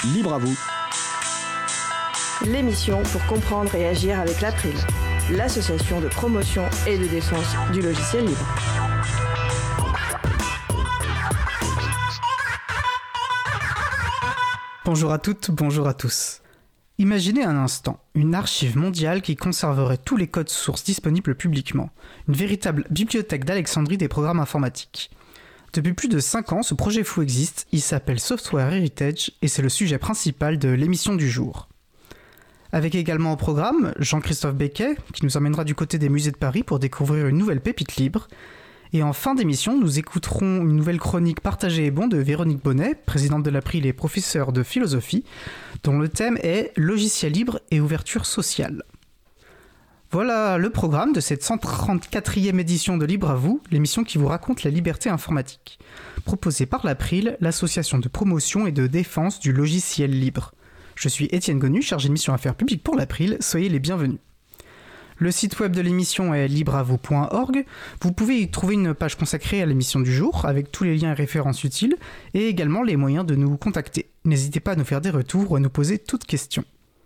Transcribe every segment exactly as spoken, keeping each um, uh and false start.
Libre à vous. L'émission pour comprendre et agir avec l'April, l'association de promotion et de défense du logiciel libre. Bonjour à toutes, bonjour à tous. Imaginez un instant une archive mondiale qui conserverait tous les codes sources disponibles publiquement, une véritable bibliothèque d'Alexandrie des programmes informatiques. Depuis plus de cinq ans, ce projet fou existe, il s'appelle Software Heritage et c'est le sujet principal de l'émission du jour. Avec également au programme Jean-Christophe Becquet, qui nous emmènera du côté des musées de Paris pour découvrir une nouvelle pépite libre. Et en fin d'émission, nous écouterons une nouvelle chronique Partagé et bon de Véronique Bonnet, présidente de l'April et professeure de philosophie, dont le thème est Logiciel libre et ouverture sociale. Voilà le programme de cette cent trente-quatrième édition de Libre à vous, l'émission qui vous raconte la liberté informatique, proposée par l'April, l'association de promotion et de défense du logiciel libre. Je suis Étienne Gonu, chargé de mission affaires publiques pour l'April, soyez les bienvenus. Le site web de l'émission est libre à vous point org. Vous pouvez y trouver une page consacrée à l'émission du jour, avec tous les liens et références utiles, et également les moyens de nous contacter. N'hésitez pas à nous faire des retours ou à nous poser toutes questions.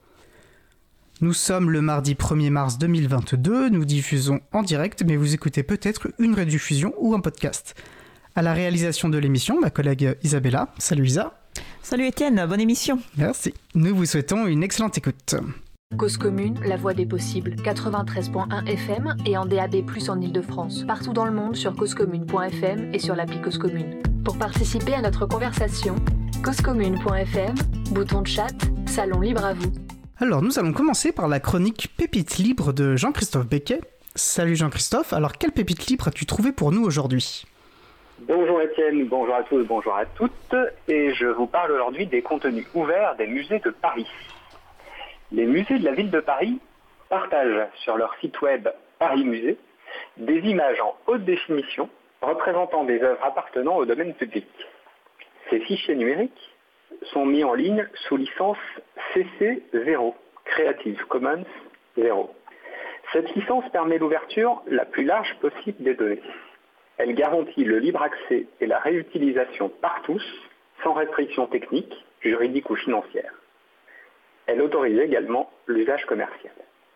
Nous sommes le mardi premier mars deux mille vingt-deux, nous diffusons en direct, mais vous écoutez peut-être une rediffusion ou un podcast. À la réalisation de l'émission, ma collègue Isabella. Salut Isa. Salut Étienne, bonne émission. Merci. Nous vous souhaitons une excellente écoute. Cause commune, la voix des possibles, quatre-vingt-treize virgule un F M et en D A B plus, en Ile-de-France. Partout dans le monde sur cause commune point F M et sur l'appli Cause Commune. Pour participer à notre conversation, cause commune point F M, bouton de chat, salon libre à vous. Alors, nous allons commencer par la chronique Pépite libre de Jean-Christophe Becquet. Salut Jean-Christophe, alors quelle pépite libre as-tu trouvé pour nous aujourd'hui ? Bonjour Étienne, bonjour à tous, bonjour à toutes, et je vous parle aujourd'hui des contenus ouverts des musées de Paris. Les musées de la ville de Paris partagent sur leur site web Paris Musée des images en haute définition représentant des œuvres appartenant au domaine public. Ces fichiers numériques sont mis en ligne sous licence C C zéro, Creative Commons zéro. Cette licence permet l'ouverture la plus large possible des données. Elle garantit le libre accès et la réutilisation par tous, sans restriction technique, juridique ou financière. Elle autorise également l'usage commercial.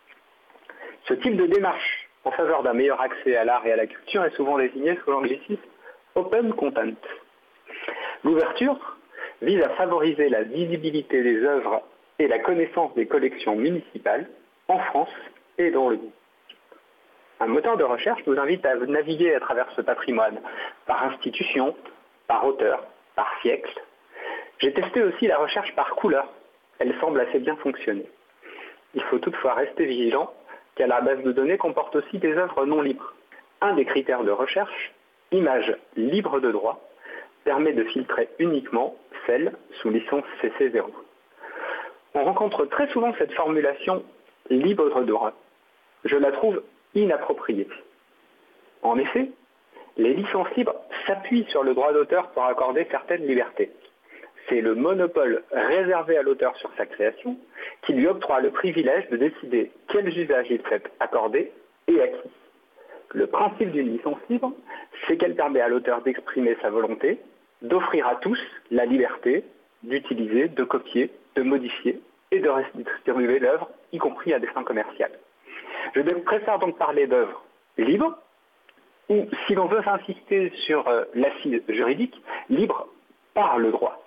Ce type de démarche en faveur d'un meilleur accès à l'art et à la culture est souvent désigné sous l'anglicisme Open Content. L'ouverture vise à favoriser la visibilité des œuvres et la connaissance des collections municipales en France et dans le monde. Un moteur de recherche nous invite à naviguer à travers ce patrimoine, par institution, par auteur, par siècle. J'ai testé aussi la recherche par couleur. Elle semble assez bien fonctionner. Il faut toutefois rester vigilant, car la base de données comporte aussi des œuvres non libres. Un des critères de recherche, image libre de droit, permet de filtrer uniquement celles sous licence C C zéro. On rencontre très souvent cette formulation libre de droit. Je la trouve inappropriée. En effet, les licences libres s'appuient sur le droit d'auteur pour accorder certaines libertés. C'est le monopole réservé à l'auteur sur sa création qui lui octroie le privilège de décider quels usages il souhaite accorder et à qui. Le principe d'une licence libre, c'est qu'elle permet à l'auteur d'exprimer sa volonté, d'offrir à tous la liberté d'utiliser, de copier, de modifier et de redistribuer l'œuvre, y compris à des fins commerciales. Je préfère donc parler d'œuvres libres, ou, si l'on veut insister sur euh, l'assise juridique, libres par le droit.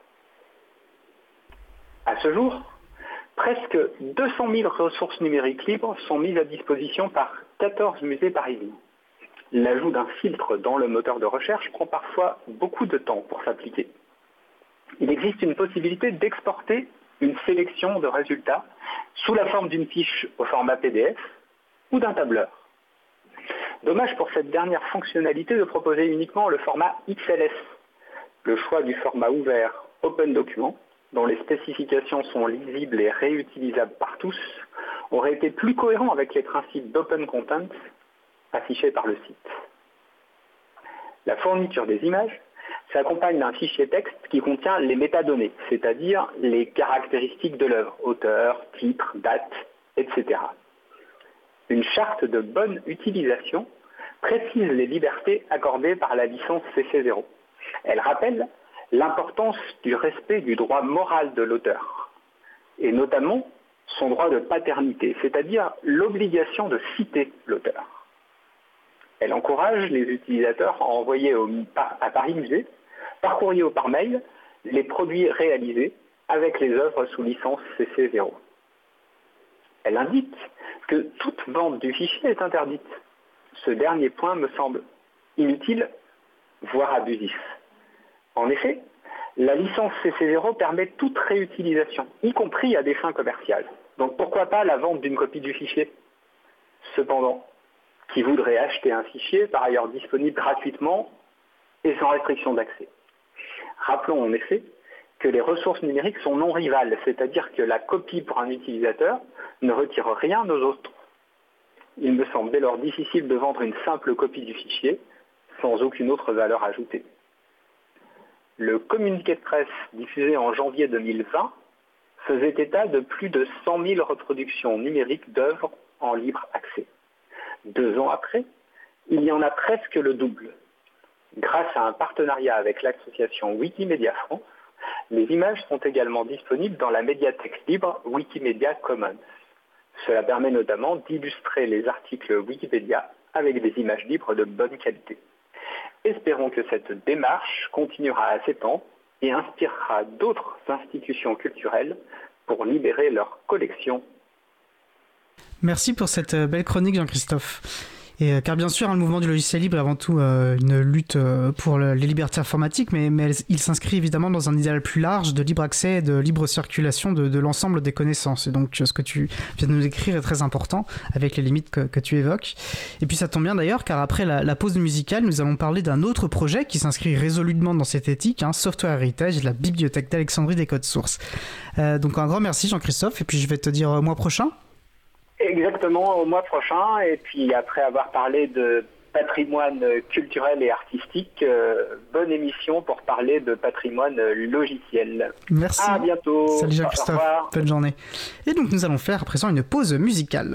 À ce jour, presque deux cent mille ressources numériques libres sont mises à disposition par quatorze musées parisiens. L'ajout d'un filtre dans le moteur de recherche prend parfois beaucoup de temps pour s'appliquer. Il existe une possibilité d'exporter une sélection de résultats sous la forme d'une fiche au format P D F ou d'un tableur. Dommage pour cette dernière fonctionnalité de proposer uniquement le format X L S. Le choix du format ouvert Open Document, dont les spécifications sont lisibles et réutilisables par tous, aurait été plus cohérent avec les principes d'Open Content affichés par le site. La fourniture des images s'accompagne d'un fichier texte qui contient les métadonnées, c'est-à-dire les caractéristiques de l'œuvre, auteur, titre, date, et cetera. Une charte de bonne utilisation précise les libertés accordées par la licence C C zéro. Elle rappelle l'importance du respect du droit moral de l'auteur, et notamment son droit de paternité, c'est-à-dire l'obligation de citer l'auteur. Elle encourage les utilisateurs à envoyer au, à Paris Musée, par courrier ou par mail, les produits réalisés avec les œuvres sous licence C C zéro. Elle indique que toute vente du fichier est interdite. Ce dernier point me semble inutile, voire abusif. En effet, la licence C C zéro permet toute réutilisation, y compris à des fins commerciales. Donc pourquoi pas la vente d'une copie du fichier ? Cependant, qui voudrait acheter un fichier, par ailleurs disponible gratuitement et sans restriction d'accès ? Rappelons en effet que les ressources numériques sont non rivales, c'est-à-dire que la copie pour un utilisateur ne retire rien aux autres. Il me semble dès lors difficile de vendre une simple copie du fichier sans aucune autre valeur ajoutée. Le communiqué de presse diffusé en janvier deux mille vingt faisait état de plus de cent mille reproductions numériques d'œuvres en libre accès. Deux ans après, il y en a presque le double. Grâce à un partenariat avec l'association Wikimedia France, les images sont également disponibles dans la médiathèque libre Wikimedia Commons. Cela permet notamment d'illustrer les articles Wikipédia avec des images libres de bonne qualité. Espérons que cette démarche continuera à s'étendre et inspirera d'autres institutions culturelles pour libérer leurs collections. Merci pour cette belle chronique, Jean-Christophe. Et, car bien sûr, hein, le mouvement du logiciel libre est avant tout euh, une lutte euh, pour le, les libertés informatiques, mais, mais elle, il s'inscrit évidemment dans un idéal plus large de libre accès et de libre circulation de, de l'ensemble des connaissances. Et donc ce que tu viens de nous décrire est très important, avec les limites que, que tu évoques. Et puis ça tombe bien d'ailleurs, car après la, la pause musicale, nous allons parler d'un autre projet qui s'inscrit résolument dans cette éthique, hein, Software Heritage, la bibliothèque d'Alexandrie des codes sources. Euh, donc un grand merci Jean-Christophe, et puis je vais te dire au mois prochain. Exactement, au mois prochain. Et puis après avoir parlé de patrimoine culturel et artistique, euh, bonne émission pour parler de patrimoine logiciel. Merci. À bientôt. Salut Jean-Christophe. Bonne journée. Et donc nous allons faire à présent une pause musicale.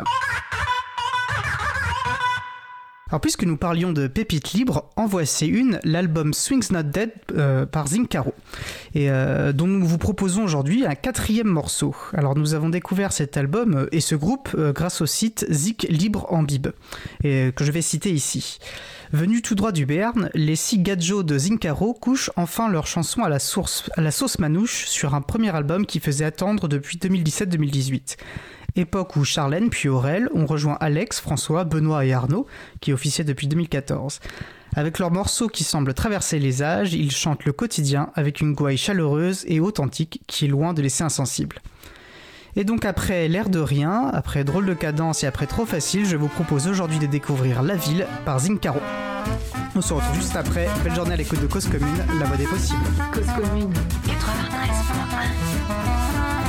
Alors puisque nous parlions de pépites libres, en voici une, l'album Swings Not Dead euh, par Zincaro, et euh, dont nous vous proposons aujourd'hui un quatrième morceau. Alors nous avons découvert cet album euh, et ce groupe euh, grâce au site Zik Libre en Bib, et, euh, que je vais citer ici. Venus tout droit du Béarn, les six gadjos de Zincaro couchent enfin leur chanson à la, source, à la sauce manouche sur un premier album qui faisait attendre depuis deux mille dix-sept deux mille dix-huit. Époque où Charlène puis Aurel ont rejoint Alex, François, Benoît et Arnaud, qui officiaient depuis deux mille quatorze. Avec leurs morceaux qui semblent traverser les âges, ils chantent le quotidien avec une gouaille chaleureuse et authentique qui est loin de laisser insensible. Et donc après L'air de rien, après Drôle de cadence et après Trop facile, je vous propose aujourd'hui de découvrir La Ville par Zincaro. On se retrouve juste après. Belle journée à l'écoute de Cause Commune, la voix des possibles. Cause Commune quatre-vingt-treize point un.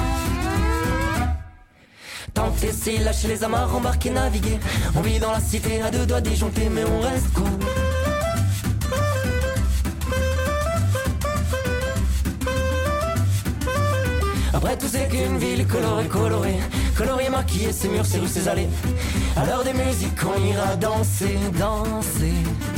Tenter, c'est lâcher les amarres, embarquer, naviguer. On vit dans la cité à deux doigts disjonctés, mais on reste cool. Après tout c'est qu'une ville colorée, colorée, colorée, maquillée, ses murs, ses rues, ses allées. À l'heure des musiques on ira danser, danser.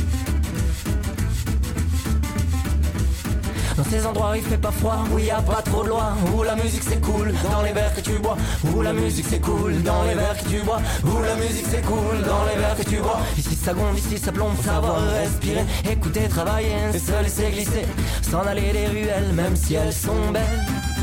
Dans ces endroits où il fait pas froid, où il y a pas trop de loi, où la musique c'est cool, dans les verres que tu bois, où la musique c'est cool, dans les verres que tu bois, où la musique c'est cool, dans les verres que tu bois. Ici ça gronde, ici ça plombe, savoir respirer, écouter, travailler, et se laisser glisser, s'en aller des ruelles, même si elles sont belles.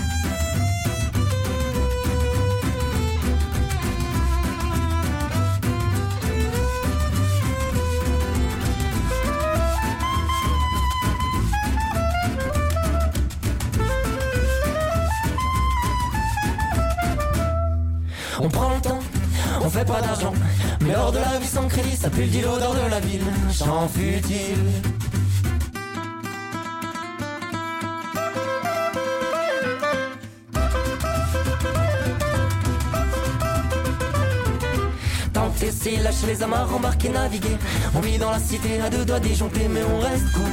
On prend le temps, on fait pas d'argent, mais hors de la vie sans crédit, ça pue le deal odeur de la ville, chant futile. Tenter, c'est lâcher les amarres, embarquer, naviguer. On vit dans la cité à deux doigts disjonctés, mais on reste cool.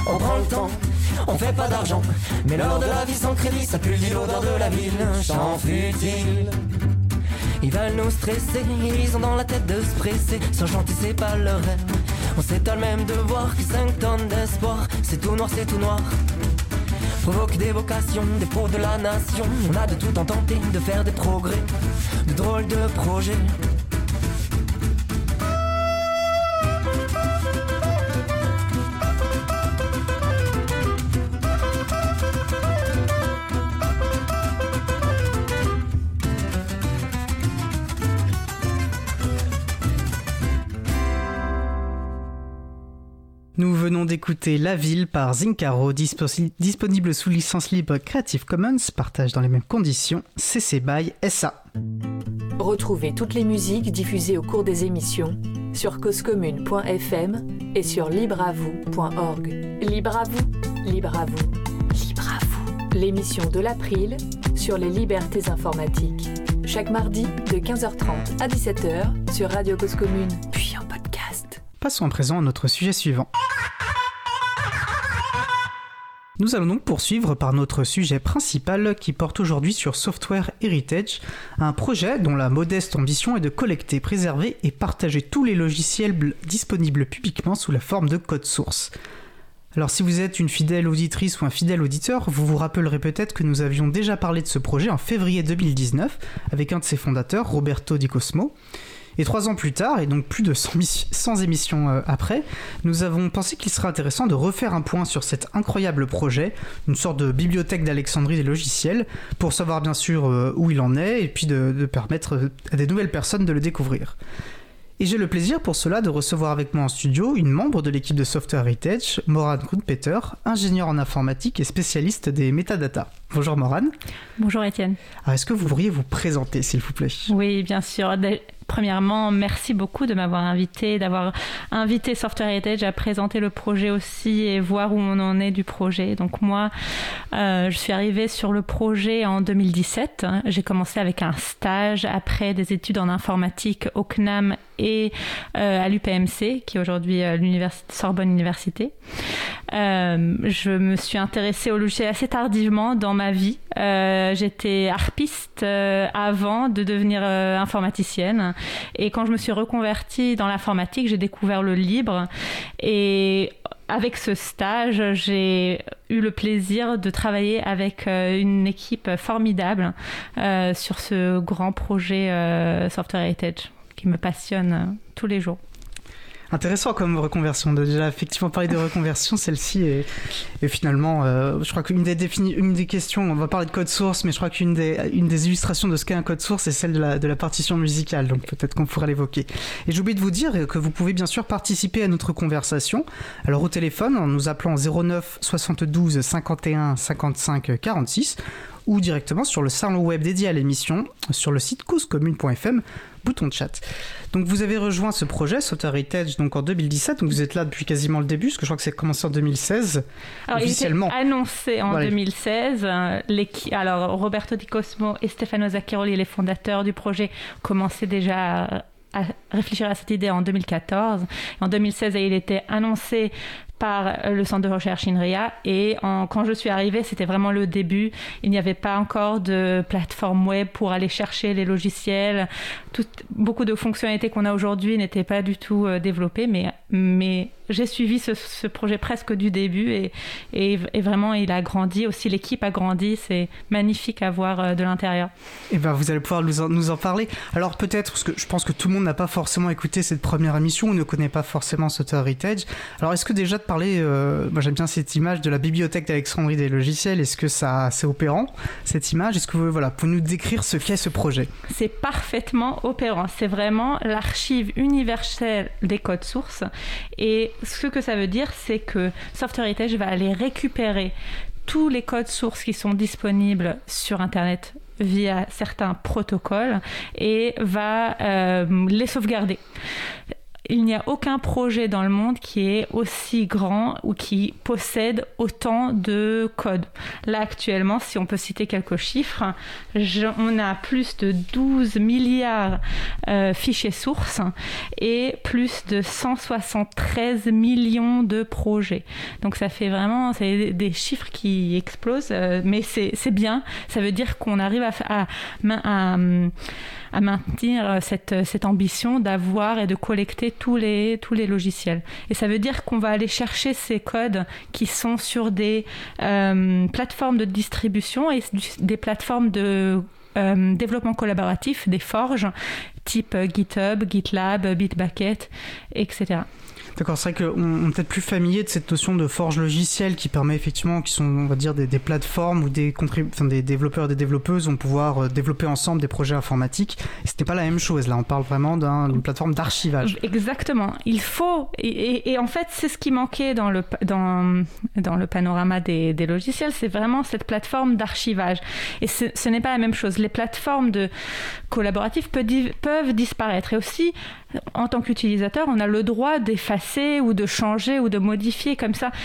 On prend le temps, on fait pas d'argent, mais l'heure de la vie sans crédit, ça pue l'odeur de la ville. Un chant futile. Ils veulent nous stresser, ils ont dans la tête de se presser. Sans chanter c'est pas leur rêve. On s'étonne même de voir que cinq tonnes d'espoir, c'est tout noir, c'est tout noir. Provoque des vocations, des pros de la nation. On a de tout en tenter, de faire des progrès, de drôles de projets. Nous venons d'écouter La Ville par Zincaro, dispo- disponible sous licence libre Creative Commons, partage dans les mêmes conditions, C C by S A. Retrouvez toutes les musiques diffusées au cours des émissions sur cause commune point f m et sur libre à vous point org. Libre à vous, libre à vous, libre à vous. L'émission de l'April sur les libertés informatiques. Chaque mardi de quinze heures trente à dix-sept heures sur Radio Cause Commune, puis en podcast. Passons à présent à notre sujet suivant. Nous allons donc poursuivre par notre sujet principal qui porte aujourd'hui sur Software Heritage, un projet dont la modeste ambition est de collecter, préserver et partager tous les logiciels disponibles publiquement sous la forme de code source. Alors si vous êtes une fidèle auditrice ou un fidèle auditeur, vous vous rappellerez peut-être que nous avions déjà parlé de ce projet en février deux mille dix-neuf avec un de ses fondateurs, Roberto Di Cosmo. Et trois ans plus tard, et donc plus de cent émissions euh, après, nous avons pensé qu'il serait intéressant de refaire un point sur cet incroyable projet, une sorte de bibliothèque d'Alexandrie des logiciels, pour savoir bien sûr euh, où il en est, et puis de, de permettre à des nouvelles personnes de le découvrir. Et j'ai le plaisir pour cela de recevoir avec moi en studio une membre de l'équipe de Software Heritage, Morane Grunpeter, ingénieure en informatique et spécialiste des métadatas. Bonjour Morane. Bonjour Étienne. Alors est-ce que vous pourriez vous présenter s'il vous plaît ? Oui, bien sûr. Premièrement, merci beaucoup de m'avoir invité, d'avoir invité Software Heritage à présenter le projet aussi et voir où on en est du projet. Donc moi, euh, je suis arrivée sur le projet en deux mille dix-sept. J'ai commencé avec un stage après des études en informatique au C N A M et euh, à l'U P M C, qui est aujourd'hui euh, l'université, Sorbonne Université. Euh, je me suis intéressée au logiciel assez tardivement dans ma vie. Euh, j'étais harpiste euh, avant de devenir euh, informaticienne. Et quand je me suis reconvertie dans l'informatique, j'ai découvert le libre. Et avec ce stage, j'ai eu le plaisir de travailler avec euh, une équipe formidable euh, sur ce grand projet euh, Software Heritage qui me passionne euh, tous les jours. Intéressant comme reconversion. De déjà effectivement parler de reconversion, celle-ci est, est finalement, euh, je crois qu'une des défini- une des questions, on va parler de code source, mais je crois qu'une des, une des illustrations de ce qu'est un code source est celle de la, de la partition musicale, donc peut-être qu'on pourrait l'évoquer. Et j'ai oublié de vous dire que vous pouvez bien sûr participer à notre conversation. Alors au téléphone, en nous appelant zéro neuf soixante-douze cinquante et un cinquante-cinq quarante-six ou directement sur le salon web dédié à l'émission sur le site cause commune point f m, bouton de chat. Donc vous avez rejoint ce projet Software Heritage donc en deux mille dix-sept, donc vous êtes là depuis quasiment le début, parce que je crois que c'est commencé en deux mille seize. Alors officiellement. Il était annoncé en voilà. deux mille seize. Alors Roberto Di Cosmo et Stefano Zaccheroli, les fondateurs du projet, commençaient déjà à, à réfléchir à cette idée en deux mille quatorze. En deux mille seize, il était annoncé par le centre de recherche INRIA et en, quand je suis arrivée, c'était vraiment le début. Il n'y avait pas encore de plateforme web pour aller chercher les logiciels. Tout, beaucoup de fonctionnalités qu'on a aujourd'hui n'étaient pas du tout euh, développées, mais, mais j'ai suivi ce, ce projet presque du début et, et, et vraiment il a grandi. Aussi l'équipe a grandi, c'est magnifique à voir euh, de l'intérieur. Et ben vous allez pouvoir nous en, nous en parler. Alors peut-être, parce que je pense que tout le monde n'a pas forcément écouté cette première émission ou ne connaît pas forcément Software Heritage. Alors est-ce que déjà de parler, euh, moi j'aime bien cette image de la bibliothèque d'Alexandrie des logiciels, est-ce que ça, c'est opérant cette image? Est-ce que vous voilà, pouvez nous décrire ce qu'est ce projet? C'est parfaitement opérant, c'est vraiment l'archive universelle des codes sources et ce que ça veut dire c'est que Software Heritage va aller récupérer tous les codes sources qui sont disponibles sur Internet via certains protocoles et va euh, les sauvegarder. il n'y a aucun projet dans le monde qui est aussi grand ou qui possède autant de codes. Là, actuellement, si on peut citer quelques chiffres, je, on a plus de douze milliards euh, fichiers sources et plus de cent soixante-treize millions de projets. Donc ça fait vraiment c'est des chiffres qui explosent, euh, mais c'est, c'est bien. Ça veut dire qu'on arrive à, à, à, à maintenir cette, cette ambition d'avoir et de collecter tous les, tous les logiciels. Et ça veut dire qu'on va aller chercher ces codes qui sont sur des euh, plateformes de distribution et des plateformes de euh, développement collaboratif, des forges, type GitHub, GitLab, Bitbucket, et cetera. D'accord, c'est vrai qu'on est peut-être plus familier de cette notion de forge logicielle qui permet effectivement, qui sont, on va dire, des, des plateformes où des, contrib- enfin, des développeurs et des développeuses vont pouvoir euh, développer ensemble des projets informatiques. Et c'était pas la même chose. Là, on parle vraiment d'un, d'une plateforme d'archivage. Exactement. Il faut, et, et, et en fait, c'est ce qui manquait dans le, dans, dans le panorama des, des logiciels, c'est vraiment cette plateforme d'archivage. Et ce, ce n'est pas la même chose. Les plateformes de collaboratives peuvent, peuvent disparaître. Et aussi, en tant qu'utilisateur, on a le droit d'effacer ou de changer ou de modifier comme ça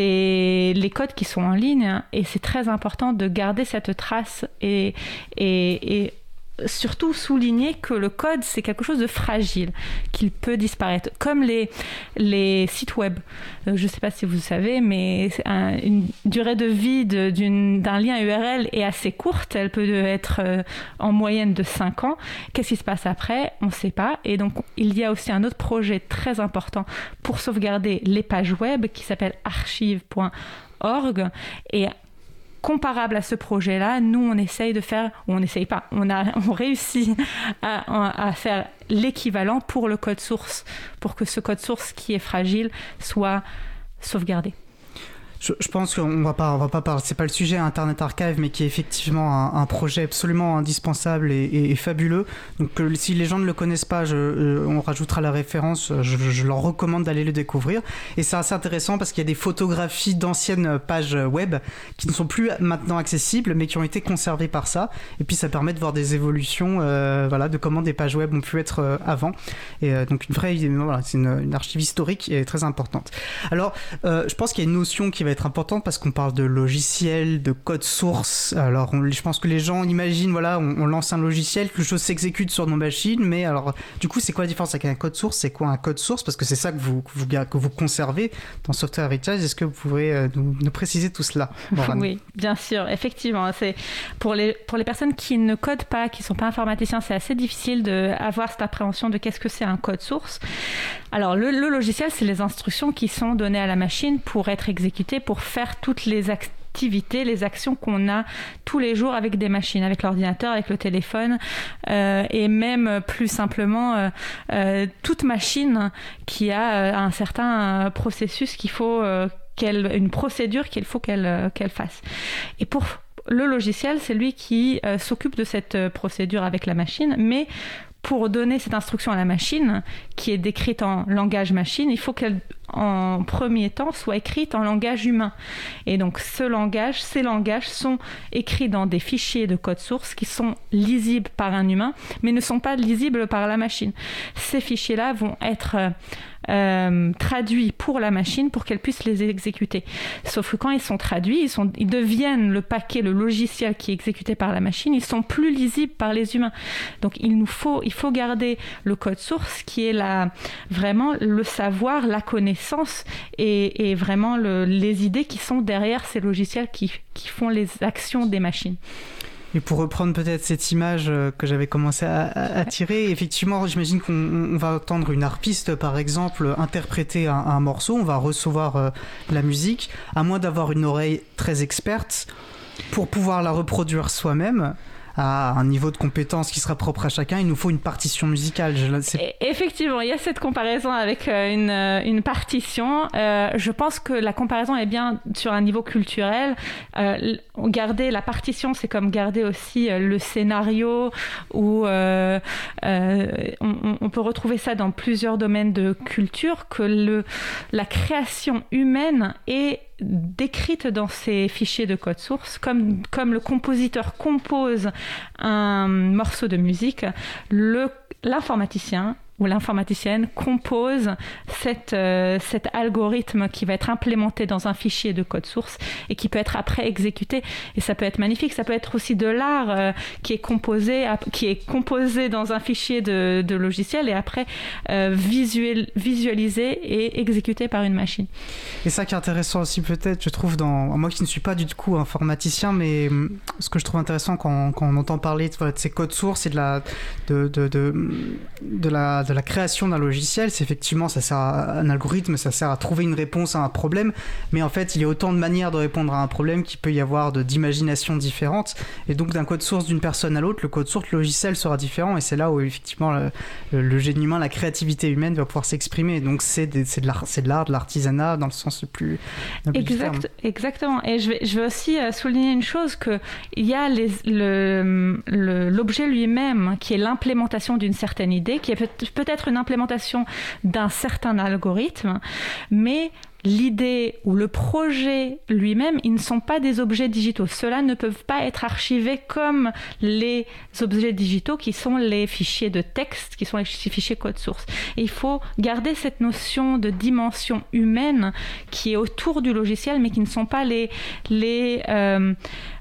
les, les codes qui sont en ligne. Et c'est très important de garder cette trace et, et, et surtout souligner que le code, c'est quelque chose de fragile, qu'il peut disparaître. Comme les, les sites web. Je ne sais pas si vous savez, mais un, une durée de vie de, d'une, d'un lien U R L est assez courte. Elle peut être euh, en moyenne de cinq ans. Qu'est-ce qui se passe après ? On ne sait pas. Et donc, il y a aussi un autre projet très important pour sauvegarder les pages web qui s'appelle archive point org. Et comparable à ce projet-là, nous, on essaye de faire, ou on n'essaye pas, on a, on réussit à, à faire l'équivalent pour le code source, pour que ce code source qui est fragile soit sauvegardé. Je, je pense qu'on va pas, on va pas parler, c'est pas le sujet Internet Archive, mais qui est effectivement un, un projet absolument indispensable et, et, et fabuleux. Donc euh, si les gens ne le connaissent pas, je, euh, on rajoutera la référence, je, je leur recommande d'aller le découvrir. Et c'est assez intéressant parce qu'il y a des photographies d'anciennes pages web qui ne sont plus maintenant accessibles, mais qui ont été conservées par ça. Et puis ça permet de voir des évolutions, euh, voilà, de comment des pages web ont pu être euh, avant. Et euh, donc une vraie, voilà, c'est une, une archive historique et très importante. Alors, euh, je pense qu'il y a une notion qui va être importante parce qu'on parle de logiciel, de code source. Alors, on, je pense que les gens imaginent, voilà, on, on lance un logiciel, quelque chose s'exécute sur nos machines, mais alors, du coup, c'est quoi la différence avec un code source ? C'est quoi un code source ? Parce que c'est ça que vous, que vous, que vous conservez dans Software Heritage. Est-ce que vous pouvez euh, nous, nous préciser tout cela ? Morane ? Oui, bien sûr, effectivement. C'est pour les, pour les personnes qui ne codent pas, qui ne sont pas informaticiens, c'est assez difficile d'avoir cette appréhension de qu'est-ce que c'est un code source. Alors, le, le logiciel, c'est les instructions qui sont données à la machine pour être exécutées, pour faire toutes les activités, les actions qu'on a tous les jours avec des machines, avec l'ordinateur, avec le téléphone, euh, et même plus simplement euh, euh, toute machine qui a euh, un certain euh, processus qu'il faut, euh, qu'elle, une procédure qu'il faut qu'elle, euh, qu'elle fasse. Et pour le logiciel, c'est lui qui euh, s'occupe de cette euh, procédure avec la machine, mais pour donner cette instruction à la machine, qui est décrite en langage machine, il faut qu'elle, en premier temps, soit écrite en langage humain. Et donc, ce langage, ces langages sont écrits dans des fichiers de code source qui sont lisibles par un humain, mais ne sont pas lisibles par la machine. Ces fichiers-là vont être euh, traduits pour la machine pour qu'elle puisse les exécuter. Sauf que quand ils sont traduits, ils, sont, ils deviennent le paquet, le logiciel qui est exécuté par la machine, ils sont plus lisibles par les humains. Donc, il nous faut, il faut garder le code source qui est la, vraiment le savoir, la connaissance et, et vraiment le, les idées qui sont derrière ces logiciels qui, qui font les actions des machines. Et pour reprendre peut-être cette image que j'avais commencé à, à tirer, effectivement, j'imagine qu'on on va entendre une harpiste, par exemple, interpréter un, un morceau, on va recevoir euh, la musique, à moins d'avoir une oreille très experte, pour pouvoir la reproduire soi-même, à un niveau de compétence qui sera propre à chacun, il nous faut une partition musicale. Je, c'est... Effectivement, il y a cette comparaison avec une, une partition. Euh, je pense que la comparaison est bien sur un niveau culturel. Euh, garder la partition, c'est comme garder aussi le scénario, ou euh, euh, on, on peut retrouver ça dans plusieurs domaines de culture, que le, la création humaine est décrite dans ces fichiers de code source, comme, comme le compositeur compose un morceau de musique, le, l'informaticien ou l'informaticienne compose cette, euh, cet algorithme qui va être implémenté dans un fichier de code source et qui peut être après exécuté. Et ça peut être magnifique. Ça peut être aussi de l'art euh, qui est composé, qui est composé dans un fichier de, de logiciel et après euh, visuel, visualisé et exécuté par une machine. Et ça qui est intéressant aussi peut-être, je trouve, dans moi qui ne suis pas du coup informaticien, mais ce que je trouve intéressant quand, quand on entend parler de, voilà, de ces codes sources et de la, de, de, de, de la, de la création d'un logiciel, c'est effectivement, ça sert à un algorithme, ça sert à trouver une réponse à un problème, mais en fait il y a autant de manières de répondre à un problème qu'il peut y avoir de, d'imagination différentes, et donc d'un code source d'une personne à l'autre, le code source logiciel sera différent, et c'est là où effectivement le, le, le génie humain, la créativité humaine va pouvoir s'exprimer. Donc c'est, des, c'est, de, l'art, c'est de l'art, de l'artisanat dans le sens le plus noble du terme. Exactement. Et je vais, je vais aussi souligner une chose, qu'il y a les, le, le, l'objet lui-même qui est l'implémentation d'une certaine idée, qui est peut- peut-être une implémentation d'un certain algorithme, mais l'idée ou le projet lui-même, ils ne sont pas des objets digitaux. Ceux-là ne peuvent pas être archivés comme les objets digitaux qui sont les fichiers de texte, qui sont les fichiers code source. Et il faut garder cette notion de dimension humaine qui est autour du logiciel, mais qui ne sont pas les, les, euh,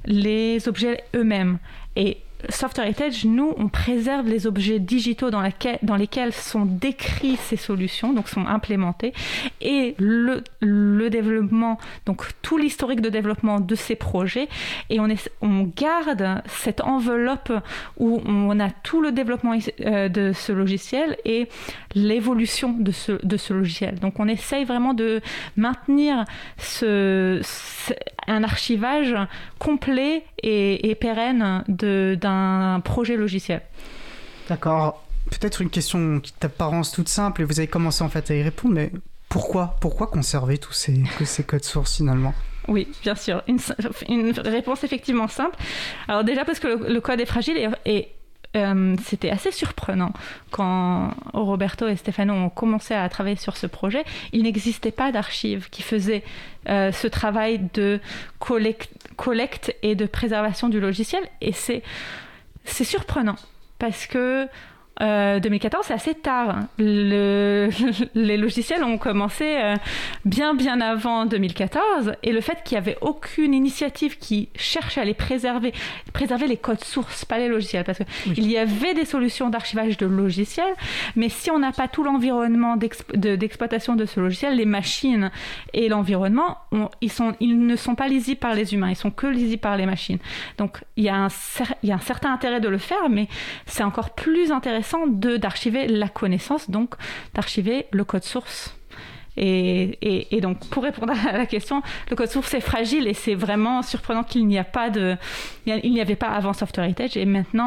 les objets eux-mêmes. Et Software Heritage, nous, on préserve les objets digitaux dans, laquelle, dans lesquels sont décrits ces solutions, donc sont implémentées, et le, le développement, donc tout l'historique de développement de ces projets, et on, est, on garde cette enveloppe où on a tout le développement euh, de ce logiciel et l'évolution de ce, de ce logiciel. Donc on essaye vraiment de maintenir ce, ce, un archivage complet et, et pérenne de, d'un un projet logiciel. D'accord. Peut-être une question qui t'apparence toute simple et vous avez commencé en fait à y répondre, mais pourquoi, pourquoi conserver tous ces, tous ces codes sources finalement ? Oui, bien sûr. Une, une réponse effectivement simple. Alors déjà parce que le, le code est fragile et, et euh, c'était assez surprenant quand Roberto et Stefano ont commencé à travailler sur ce projet. Il n'existait pas d'archives qui faisaient euh, ce travail de collecte, collecte et de préservation du logiciel, et c'est C'est surprenant parce que euh, deux mille quatorze, c'est assez tard. Le, les logiciels ont commencé euh, bien, bien avant deux mille quatorze, et le fait qu'il n'y avait aucune initiative qui cherche à les préserver, préserver les codes sources, pas les logiciels, parce qu'il oui. y avait des solutions d'archivage de logiciels, mais si on n'a pas tout l'environnement d'exp- de, d'exploitation de ce logiciel, les machines et l'environnement, on, ils, sont, ils ne sont pas lisibles par les humains, ils sont que lisibles par les machines. Donc il y a un, il y a un certain intérêt de le faire, mais c'est encore plus intéressant De, d'archiver la connaissance, donc d'archiver le code source. Et, et, et donc, pour répondre à la question, le code source est fragile et c'est vraiment surprenant qu'il n'y a pas de, il n'y avait pas avant Software Heritage, et maintenant,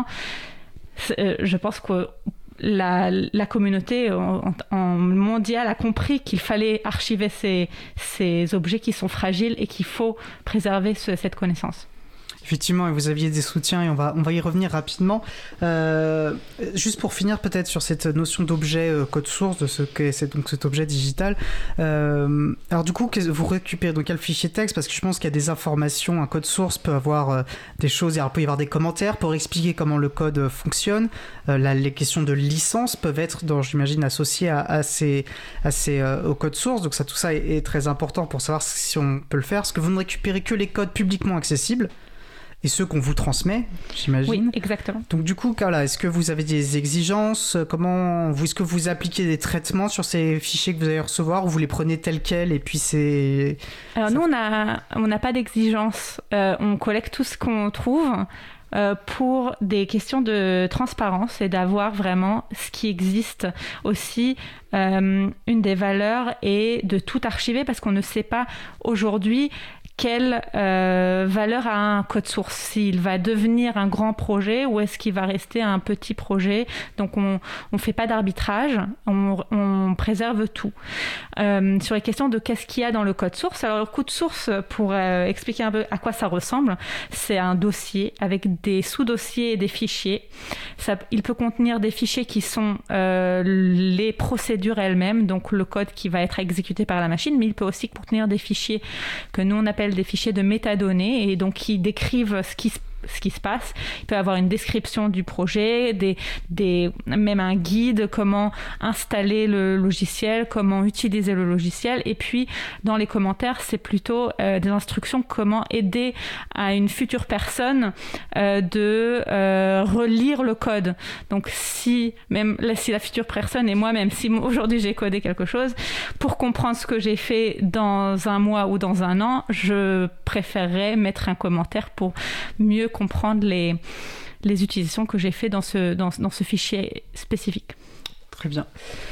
euh, je pense que la, la communauté en, en mondiale a compris qu'il fallait archiver ces, ces objets qui sont fragiles et qu'il faut préserver ce, cette connaissance. Effectivement, vous aviez des soutiens et on va, on va y revenir rapidement. Euh, juste pour finir peut-être sur cette notion d'objet euh, code source, de ce qu'est c'est donc cet objet digital. Euh, alors du coup, vous récupérez donc quel fichier texte, parce que je pense qu'il y a des informations, un code source peut avoir euh, des choses, il peut y avoir des commentaires pour expliquer comment le code fonctionne. Euh, la, les questions de licence peuvent être, dans, j'imagine, associées à, à ces, à ces, euh, au code source. Donc ça, tout ça est, est très important pour savoir si on peut le faire. Parce que vous ne récupérez que les codes publiquement accessibles et ceux qu'on vous transmet, j'imagine. Oui, exactement. Donc du coup, Carla, est-ce que vous avez des exigences ? Comment, est-ce que vous appliquez des traitements sur ces fichiers que vous allez recevoir, ou vous les prenez tels quels et puis c'est... Alors ça... nous, on n'a on n'a pas d'exigence. Euh, on collecte tout ce qu'on trouve euh, pour des questions de transparence et d'avoir vraiment ce qui existe aussi. Euh, une des valeurs est de tout archiver, parce qu'on ne sait pas aujourd'hui quelle euh, valeur a un code source, s'il va devenir un grand projet ou est-ce qu'il va rester un petit projet. Donc on ne fait pas d'arbitrage, on, on préserve tout. Euh, sur les questions de qu'est-ce qu'il y a dans le code source, alors le code source, pour euh, expliquer un peu à quoi ça ressemble, c'est un dossier avec des sous-dossiers et des fichiers. Ça, il peut contenir des fichiers qui sont euh, les procédures elles-mêmes, donc le code qui va être exécuté par la machine, mais il peut aussi contenir des fichiers que nous on appelle des fichiers de métadonnées, et donc qui décrivent ce qui, ce qui se passe. Il peut y avoir une description du projet, des, des, même un guide, comment installer le logiciel, comment utiliser le logiciel. Et puis, dans les commentaires, c'est plutôt euh, des instructions comment aider à une future personne euh, de euh, relire le code. Donc, si, même, si la future personne et moi, même si aujourd'hui j'ai codé quelque chose, pour comprendre ce que j'ai fait dans un mois ou dans un an, je préférerais mettre un commentaire pour mieux comprendre les, les utilisations que j'ai fait dans ce, dans, dans ce fichier spécifique. Très bien.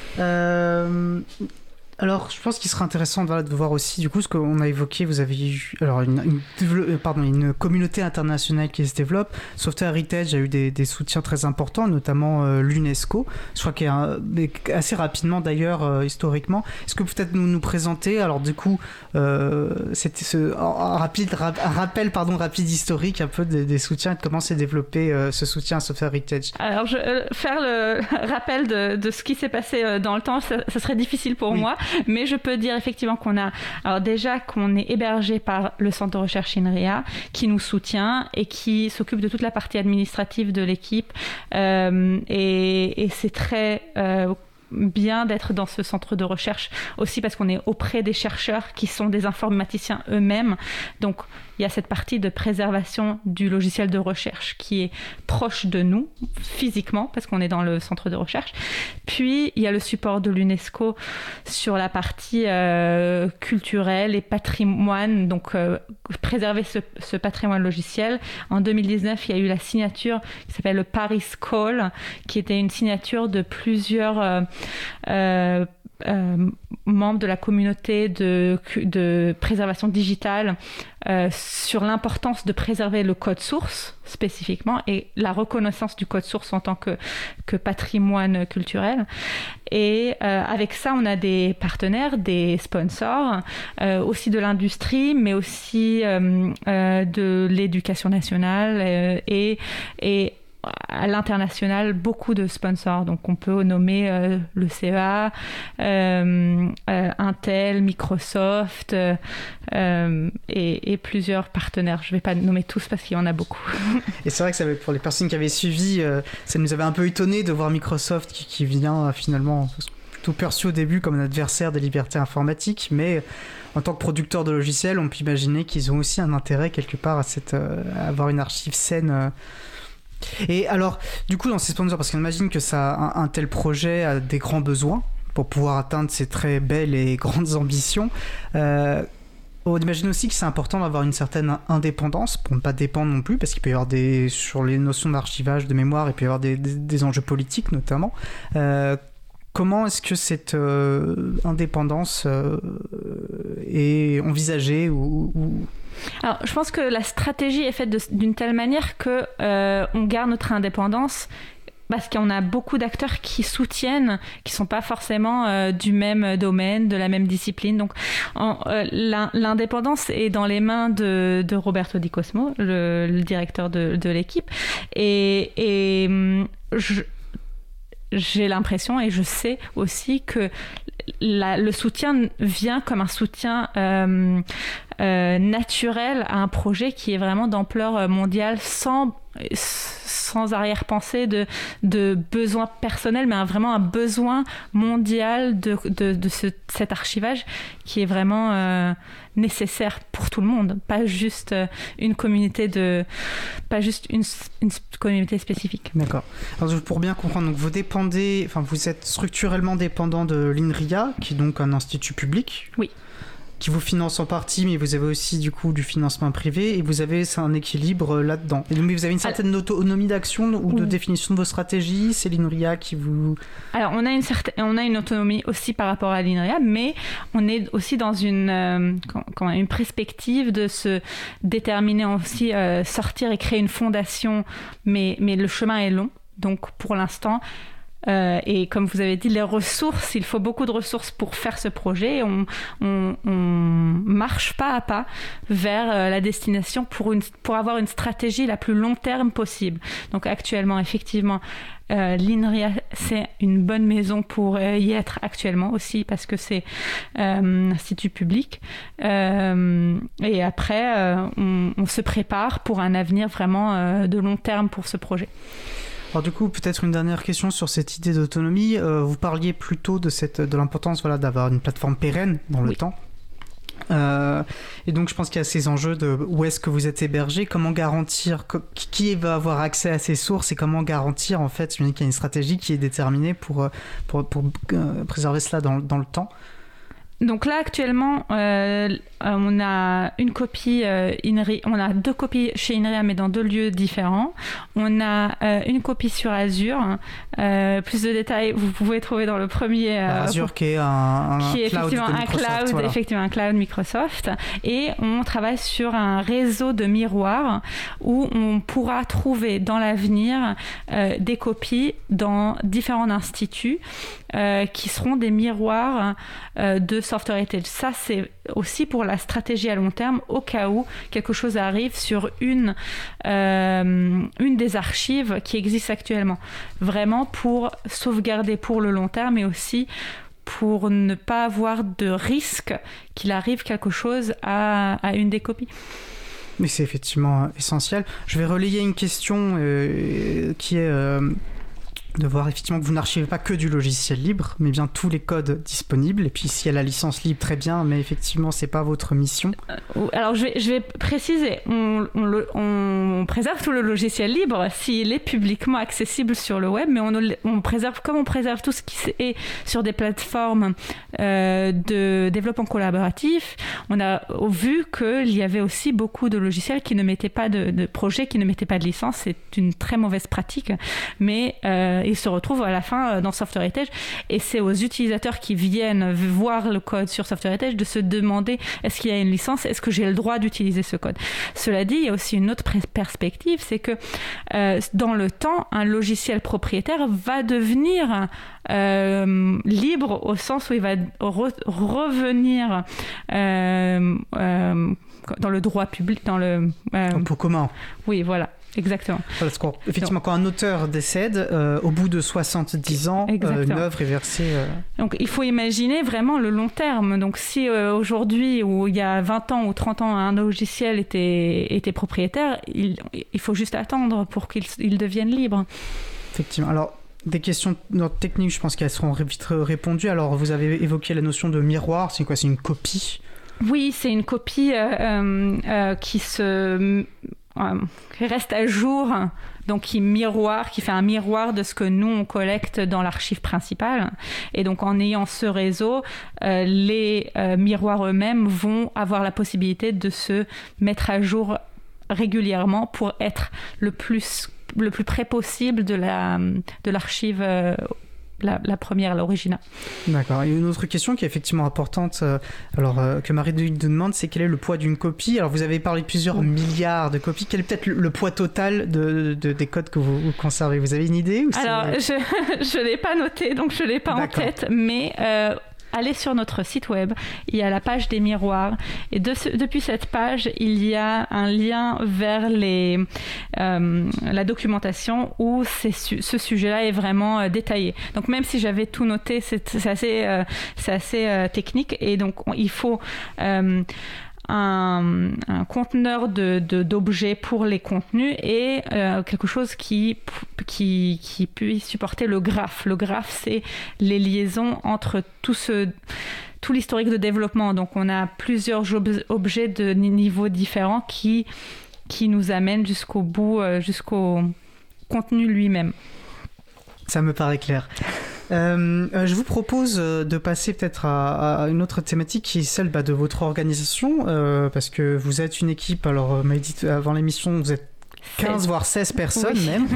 Euh... Alors, je pense qu'il serait intéressant voilà, de voir aussi, du coup, ce qu'on a évoqué. Vous avez eu alors, une, une, pardon, une communauté internationale qui se développe. Software Heritage a eu des, des soutiens très importants, notamment euh, l'UNESCO. Je crois qu'il y a un, assez rapidement, d'ailleurs, euh, historiquement. Est-ce que peut-être nous nous présenter, alors du coup, euh, c'était ce, un, rapide, un rappel pardon, rapide historique un peu des, des soutiens et de comment s'est développé euh, ce soutien à Software Heritage. Alors, je, euh, faire le rappel de, de ce qui s'est passé euh, dans le temps, ça, ça serait difficile pour oui. moi. Mais je peux dire effectivement qu'on a, alors déjà qu'on est hébergé par le centre de recherche INRIA qui nous soutient et qui s'occupe de toute la partie administrative de l'équipe euh, et, et c'est très euh, bien d'être dans ce centre de recherche aussi parce qu'on est auprès des chercheurs qui sont des informaticiens eux-mêmes. Donc il y a cette partie de préservation du logiciel de recherche qui est proche de nous physiquement parce qu'on est dans le centre de recherche. Puis il y a le support de l'UNESCO sur la partie euh, culturelle et patrimoine, donc euh, préserver ce, ce patrimoine logiciel. En deux mille dix-neuf, il y a eu la signature qui s'appelle le Paris Call, qui était une signature de plusieurs euh, euh, Euh, membres de la communauté de, de préservation digitale euh, sur l'importance de préserver le code source spécifiquement et la reconnaissance du code source en tant que, que patrimoine culturel. Et euh, avec ça, on a des partenaires, des sponsors, euh, aussi de l'industrie, mais aussi euh, euh, de l'éducation nationale euh, et, et à l'international, beaucoup de sponsors. Donc, on peut nommer euh, le C E A, euh, euh, Intel, Microsoft euh, et, et plusieurs partenaires. Je ne vais pas nommer tous parce qu'il y en a beaucoup. Et c'est vrai que ça avait, pour les personnes qui avaient suivi, euh, ça nous avait un peu étonné de voir Microsoft qui, qui vient euh, finalement plutôt perçu au début comme un adversaire des libertés informatiques, mais en tant que producteur de logiciels, on peut imaginer qu'ils ont aussi un intérêt quelque part à, cette, euh, à avoir une archive saine. Euh, Et alors, du coup, dans ces sponsors, parce qu'on imagine que ça, un, un tel projet a des grands besoins pour pouvoir atteindre ses très belles et grandes ambitions, euh, on imagine aussi que c'est important d'avoir une certaine indépendance pour ne pas dépendre non plus, parce qu'il peut y avoir des, sur les notions d'archivage, de mémoire, il peut y avoir des, des, des enjeux politiques notamment. Euh, Comment est-ce que cette euh, indépendance euh, est envisagée ou, ou... Alors, je pense que la stratégie est faite de, d'une telle manière que euh, on garde notre indépendance parce qu'on a beaucoup d'acteurs qui soutiennent, qui ne sont pas forcément euh, du même domaine, de la même discipline. Donc, en, euh, l'indépendance est dans les mains de, de Roberto Di Cosmo, le, le directeur de, de l'équipe. Et, et je... j'ai l'impression et je sais aussi que la, le soutien vient comme un soutien euh, euh, naturel à un projet qui est vraiment d'ampleur mondiale sans, sans arrière-pensée de, de besoin personnel, mais un, vraiment un besoin mondial de, de, de ce, cet archivage qui est vraiment euh, nécessaire pour tout le monde, pas juste une communauté de, pas juste une, une communauté spécifique. D'accord. Alors pour bien comprendre, donc vous dépendez, enfin vous êtes structurellement dépendant de l'INRIA, qui est donc un institut public. Oui. Qui vous finance en partie, mais vous avez aussi du coup du financement privé et vous avez c'est un équilibre là-dedans. Et donc, mais vous avez une certaine autonomie d'action ou de définition de vos stratégies. C'est l'INRIA qui vous. Alors on a une certaine, on a une autonomie aussi par rapport à l'INRIA, mais on est aussi dans une euh, comment, une perspective de se déterminer aussi euh, sortir et créer une fondation, mais mais le chemin est long. Donc pour l'instant. Euh, et comme vous avez dit, les ressources, il faut beaucoup de ressources pour faire ce projet. On, on, on marche pas à pas vers euh, la destination pour, une, pour avoir une stratégie la plus long terme possible. Donc actuellement, effectivement, euh, l'INRIA, c'est une bonne maison pour euh, y être actuellement aussi parce que c'est euh, un institut public. Euh, et après, euh, on, on se prépare pour un avenir vraiment euh, de long terme pour ce projet. Alors du coup, peut-être une dernière question sur cette idée d'autonomie. Euh, vous parliez plutôt de, cette, de l'importance voilà, d'avoir une plateforme pérenne dans le oui. temps. Euh, et donc je pense qu'il y a ces enjeux de où est-ce que vous êtes hébergé, comment garantir qui va avoir accès à ces sources et comment garantir en fait qu'il y a une stratégie qui est déterminée pour, pour, pour euh, préserver cela dans, dans le temps. Donc là actuellement euh, on a une copie euh, INRI, on a deux copies chez INRIA mais dans deux lieux différents. On a euh, une copie sur Azure. Euh, plus de détails vous pouvez trouver dans le premier. Euh, Azure pour, qui est un, un qui est cloud effectivement de un Microsoft, cloud, voilà. effectivement un cloud Microsoft. Et on travaille sur un réseau de miroirs où on pourra trouver dans l'avenir euh, des copies dans différents instituts euh, qui seront des miroirs euh, de Software Heritage. Ça, c'est aussi pour la stratégie à long terme, au cas où quelque chose arrive sur une, euh, une des archives qui existent actuellement. Vraiment pour sauvegarder pour le long terme, mais aussi pour ne pas avoir de risque qu'il arrive quelque chose à, à une des copies. Mais c'est effectivement essentiel. Je vais relayer une question euh, qui est... Euh de voir effectivement que vous n'archivez pas que du logiciel libre, mais bien tous les codes disponibles. Et puis s'il y a la licence libre, très bien, mais effectivement, c'est pas votre mission. Alors je vais, je vais préciser, on, on, le, on préserve tout le logiciel libre s'il est publiquement accessible sur le web, mais on, on préserve, comme on préserve tout ce qui est sur des plateformes euh, de développement collaboratif, on a vu qu'il y avait aussi beaucoup de logiciels qui ne mettaient pas de, de projets, qui ne mettaient pas de licence. C'est une très mauvaise pratique, mais euh, ils se retrouvent à la fin dans Software Heritage et c'est aux utilisateurs qui viennent voir le code sur Software Heritage de se demander est-ce qu'il y a une licence, est-ce que j'ai le droit d'utiliser ce code. Cela dit, il y a aussi une autre perspective, c'est que euh, dans le temps, un logiciel propriétaire va devenir euh, libre au sens où il va re- revenir euh, euh, dans le droit public, dans le... Euh, pour commun. Oui, voilà. Exactement. Parce qu'effectivement, quand un auteur décède, euh, au bout de soixante-dix ans, euh, une œuvre est versée... Euh... Donc, il faut imaginer vraiment le long terme. Donc, si euh, aujourd'hui, ou il y a vingt ans ou trente ans, un logiciel était, était propriétaire, il, il faut juste attendre pour qu'il il devienne libre. Effectivement. Alors, des questions techniques, je pense qu'elles seront vite répondues. Alors, vous avez évoqué la notion de miroir. C'est quoi ? C'est une copie ? Oui, c'est une copie euh, euh, qui se... Euh, qui reste à jour, donc qui miroir, qui fait un miroir de ce que nous on collecte dans l'archive principale. Et donc en ayant ce réseau, euh, les euh, miroirs eux-mêmes vont avoir la possibilité de se mettre à jour régulièrement pour être le plus le plus près possible de la de l'archive. Euh, La, la première, l'original. D'accord. Et une autre question qui est effectivement importante, euh, alors euh, que Marie nous demande, c'est quel est le poids d'une copie. Alors vous avez parlé de plusieurs oui. milliards de copies. Quel est peut-être le, le poids total de, de, des codes que vous, vous conservez ? Vous avez une idée ou c'est... Alors je je l'ai pas noté, donc je l'ai pas D'accord. en tête, mais euh, allez sur notre site web, il y a la page des miroirs et de ce, depuis cette page, il y a un lien vers les, euh, la documentation où c'est, ce sujet-là est vraiment euh, détaillé. Donc même si j'avais tout noté, c'est, c'est assez, euh, c'est assez euh, technique et donc on, il faut... Euh, Un, un conteneur de, de, d'objets pour les contenus et euh, quelque chose qui, qui, qui puisse supporter le graphe. Le graphe, c'est les liaisons entre tout, ce, tout l'historique de développement. Donc, on a plusieurs ob- objets de niveaux différents qui, qui nous amènent jusqu'au bout, euh, jusqu'au contenu lui-même. Ça me paraît clair. Euh, euh, je vous propose de passer peut-être à, à une autre thématique qui est celle bah, de votre organisation, euh, parce que vous êtes une équipe, alors m'a dit avant l'émission, vous êtes quinze voire seize personnes oui. même.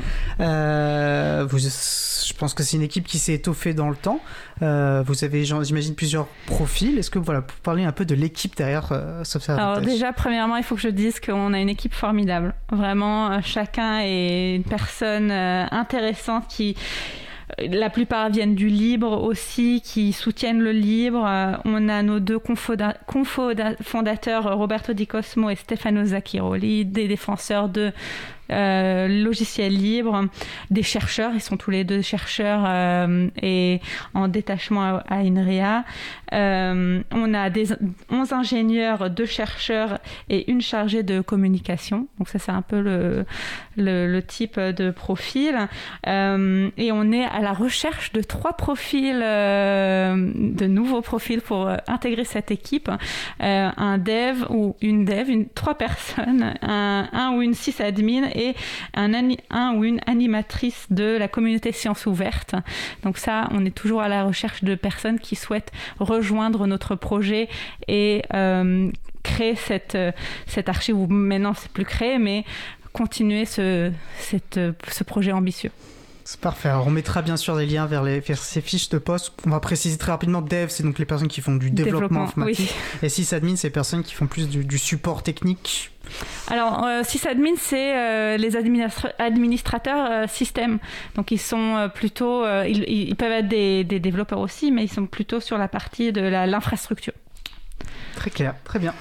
Euh, vous, je pense que c'est une équipe qui s'est étoffée dans le temps. Euh, vous avez, j'imagine, plusieurs profils. Est-ce que voilà, vous parlez un peu de l'équipe derrière euh, Software Heritage ? Alors déjà, premièrement, il faut que je dise qu'on a une équipe formidable. Vraiment, chacun est une personne euh, intéressante qui la plupart viennent du libre aussi, qui soutiennent le libre. Euh, on a nos deux confoda- confoda- fondateurs, Roberto Di Cosmo et Stefano Zacchiroli, des défenseurs de Euh, logiciels libres, des chercheurs, ils sont tous les deux chercheurs euh, et en détachement à, à INRIA. Euh, on a des, onze ingénieurs, deux chercheurs et une chargée de communication. Donc ça, c'est un peu le, le, le type de profil. Euh, et on est à la recherche de trois profils, euh, de nouveaux profils pour intégrer cette équipe. Euh, un dev ou une dev, une, trois personnes, un, un ou une sysadmin et un, ani- un ou une animatrice de la communauté Sciences Ouvertes. Donc ça, on est toujours à la recherche de personnes qui souhaitent rejoindre notre projet et euh, créer cette, cette archive, ou maintenant c'est plus créé, mais continuer ce, cette, ce projet ambitieux. C'est parfait. Alors, on mettra bien sûr des liens vers, les, vers ces fiches de poste. On va préciser très rapidement, dev, c'est donc les personnes qui font du développement, développement informatique. Oui. Et sysadmin, c'est les personnes qui font plus du, du support technique. Alors, euh, sysadmin, c'est euh, les administra- administrateurs euh, système. Donc, ils sont euh, plutôt... Euh, ils, ils peuvent être des, des développeurs aussi, mais ils sont plutôt sur la partie de la, l'infrastructure. Très clair, très bien.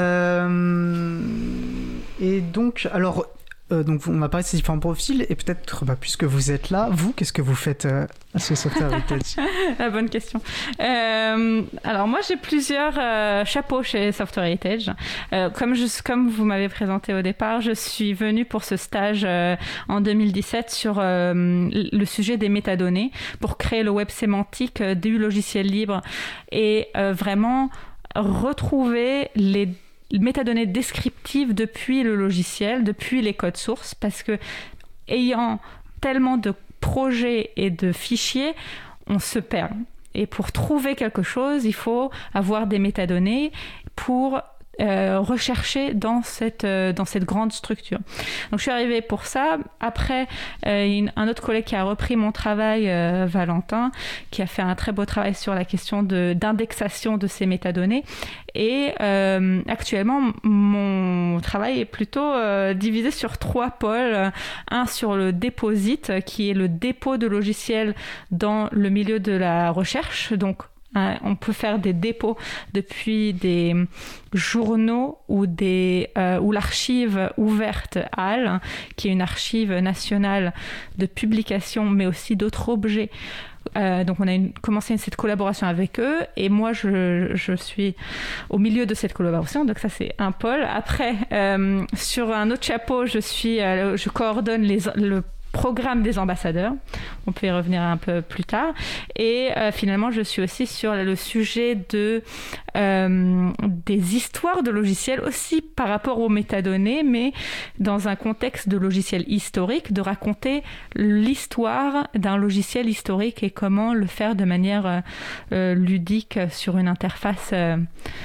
Euh, et donc, alors... Euh, donc on va parler de ces différents profils et peut-être bah, puisque vous êtes là, vous, qu'est-ce que vous faites euh, à ce Software Heritage? La bonne question. Euh, alors moi j'ai plusieurs euh, chapeaux chez Software Heritage. Euh, comme, je, comme vous m'avez présenté au départ, je suis venue pour ce stage euh, en deux mille dix-sept sur euh, le sujet des métadonnées pour créer le web sémantique euh, du logiciel libre et euh, vraiment retrouver les métadonnées descriptives depuis le logiciel, depuis les codes sources, parce que ayant tellement de projets et de fichiers, on se perd. Et pour trouver quelque chose, il faut avoir des métadonnées pour euh, rechercher dans cette, euh, dans cette grande structure. Donc je suis arrivée pour ça. Après, euh, une, un autre collègue qui a repris mon travail, euh, Valentin, qui a fait un très beau travail sur la question de, d'indexation de ces métadonnées. Et euh, actuellement, mon travail est plutôt euh, divisé sur trois pôles. Un sur le Deposit, qui est le dépôt de logiciels dans le milieu de la recherche. Donc, hein, on peut faire des dépôts depuis des journaux ou, des, euh, ou l'archive ouverte A L, qui est une archive nationale de publication, mais aussi d'autres objets. Euh, donc on a une, commencé cette collaboration avec eux et moi je, je suis au milieu de cette collaboration, donc ça c'est un pôle. Après euh, sur un autre chapeau je suis euh, je coordonne les, le programme des ambassadeurs, on peut y revenir un peu plus tard, et euh, finalement je suis aussi sur le sujet de, euh, des histoires de logiciels aussi par rapport aux métadonnées, mais dans un contexte de logiciel historique, de raconter l'histoire d'un logiciel historique et comment le faire de manière euh, ludique sur une interface euh,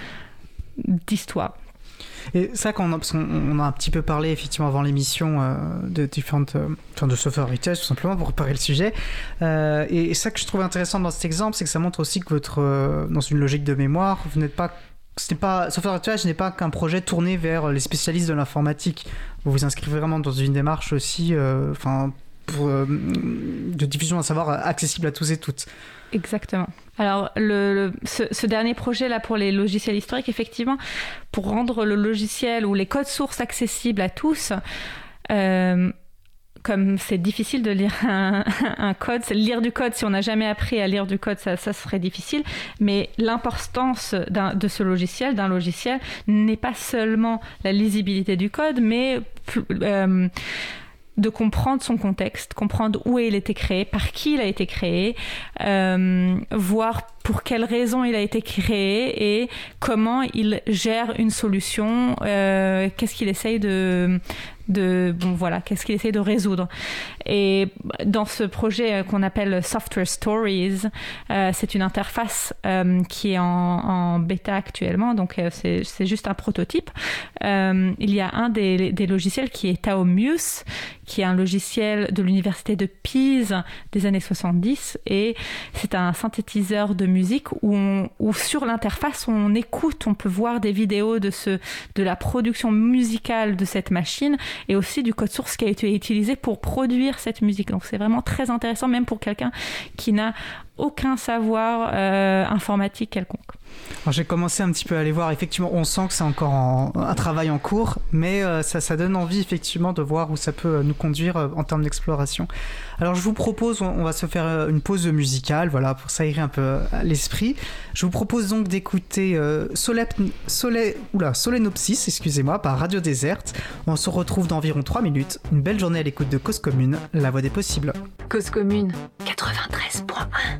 d'histoire. Et ça, quand on a, parce qu'on on a un petit peu parlé effectivement avant l'émission euh, de différentes, euh, enfin de Software Heritage tout simplement pour préparer le sujet. Euh, et, et ça que je trouve intéressant dans cet exemple, c'est que ça montre aussi que votre, euh, dans une logique de mémoire, vous n'êtes pas, ce n'est pas, Software Heritage n'est pas qu'un projet tourné vers les spécialistes de l'informatique. Vous vous inscrivez vraiment dans une démarche aussi, enfin, euh, pour euh, de diffusion d'un savoir accessible à tous et toutes. Exactement. Alors, le, le, ce, ce dernier projet-là pour les logiciels historiques, effectivement, pour rendre le logiciel ou les codes sources accessibles à tous, euh, comme c'est difficile de lire un, un code, lire du code, si on n'a jamais appris à lire du code, ça, ça serait difficile, mais l'importance d'un, de ce logiciel, d'un logiciel, n'est pas seulement la lisibilité du code, mais... Euh, de comprendre son contexte, comprendre où il a été créé, par qui il a été créé, euh, voir pour quelles raisons il a été créé et comment il gère une solution, euh, qu'est-ce qu'il essaye de... de bon voilà qu'est-ce qu'il essaie de résoudre. Et dans ce projet qu'on appelle Software Stories, euh, c'est une interface euh, qui est en, en bêta actuellement, donc euh, c'est, c'est juste un prototype. Euh, il y a un des, des logiciels qui est Taomuse, qui est un logiciel de l'université de Pise des années soixante-dix, et c'est un synthétiseur de musique où, on, où sur l'interface on écoute, on peut voir des vidéos de, ce, de la production musicale de cette machine et aussi du code source qui a été utilisé pour produire cette musique. Donc c'est vraiment très intéressant, même pour quelqu'un qui n'a aucun savoir euh, informatique quelconque. Alors j'ai commencé un petit peu à aller voir, effectivement on sent que c'est encore en, un travail en cours, mais euh, ça, ça donne envie effectivement de voir où ça peut nous conduire euh, en termes d'exploration. Alors je vous propose, on, on va se faire une pause musicale, voilà, pour s'aérer un peu l'esprit. Je vous propose donc d'écouter euh, Solep, Sole, oula, Solenopsis, excusez-moi, par Radio Déserte. On se retrouve dans environ trois minutes. Une belle journée à l'écoute de Cause Commune, la voix des possibles. Cause Commune, quatre-vingt-treize point un.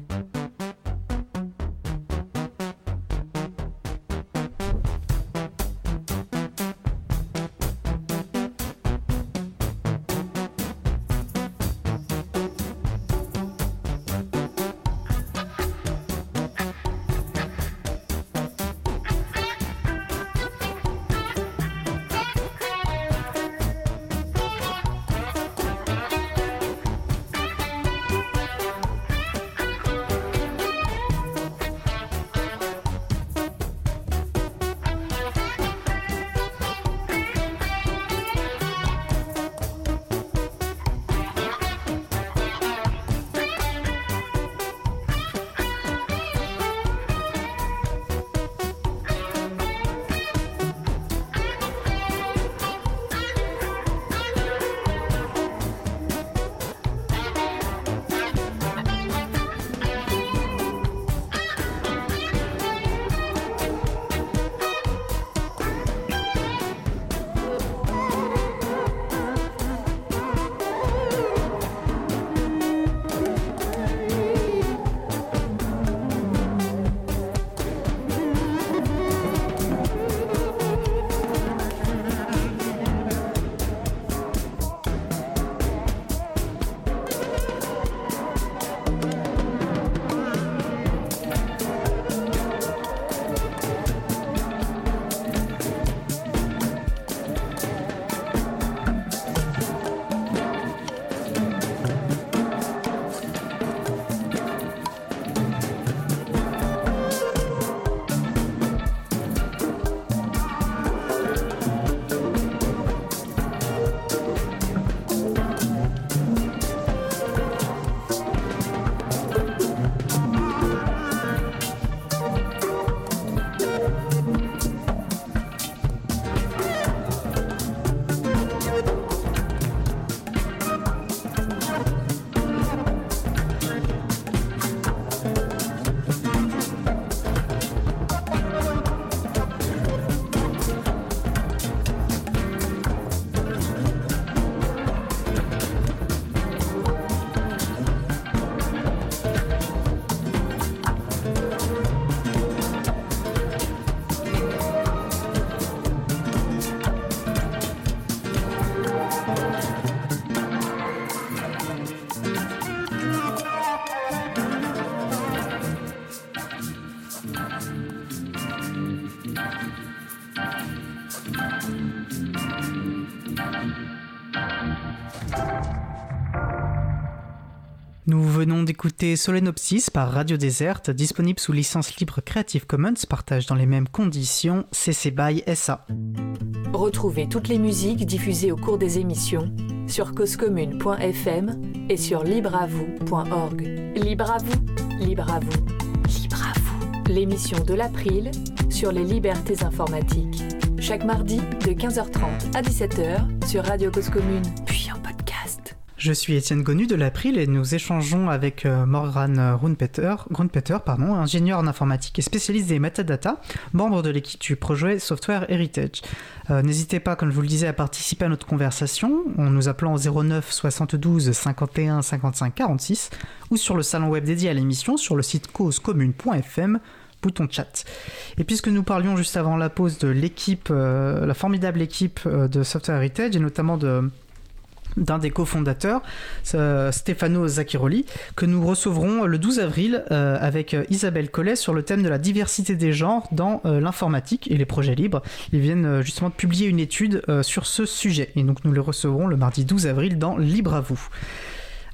Nous venons d'écouter Solenopsis par Radio Déserte, disponible sous licence libre Creative Commons, partage dans les mêmes conditions, C C by S A. Retrouvez toutes les musiques diffusées au cours des émissions sur cause commune point f m et sur libre à vous point org. Libre à vous, libre à vous, libre à vous. L'émission de l'April sur les libertés informatiques. Chaque mardi de quinze heures trente à dix-sept heures sur Radio Cause Commune, puis en podcast. Je suis Étienne Gonu de l'April et nous échangeons avec Morgan Grunpeter, Grunpeter pardon, ingénieur en informatique et spécialiste des metadata, membre de l'équipe du projet Software Heritage. Euh, n'hésitez pas, comme je vous le disais, à participer à notre conversation en nous appelant au zéro neuf soixante-douze cinquante et un cinquante-cinq quarante-six ou sur le salon web dédié à l'émission sur le site cause commune point f m, bouton chat. Et puisque nous parlions juste avant la pause de l'équipe, euh, la formidable équipe euh, de Software Heritage et notamment de d'un des cofondateurs, euh, Stefano Zacchiroli, que nous recevrons le douze avril euh, avec Isabelle Collet sur le thème de la diversité des genres dans euh, l'informatique et les projets libres. Ils viennent euh, justement de publier une étude euh, sur ce sujet et donc nous le recevrons le mardi douze avril dans Libre à vous.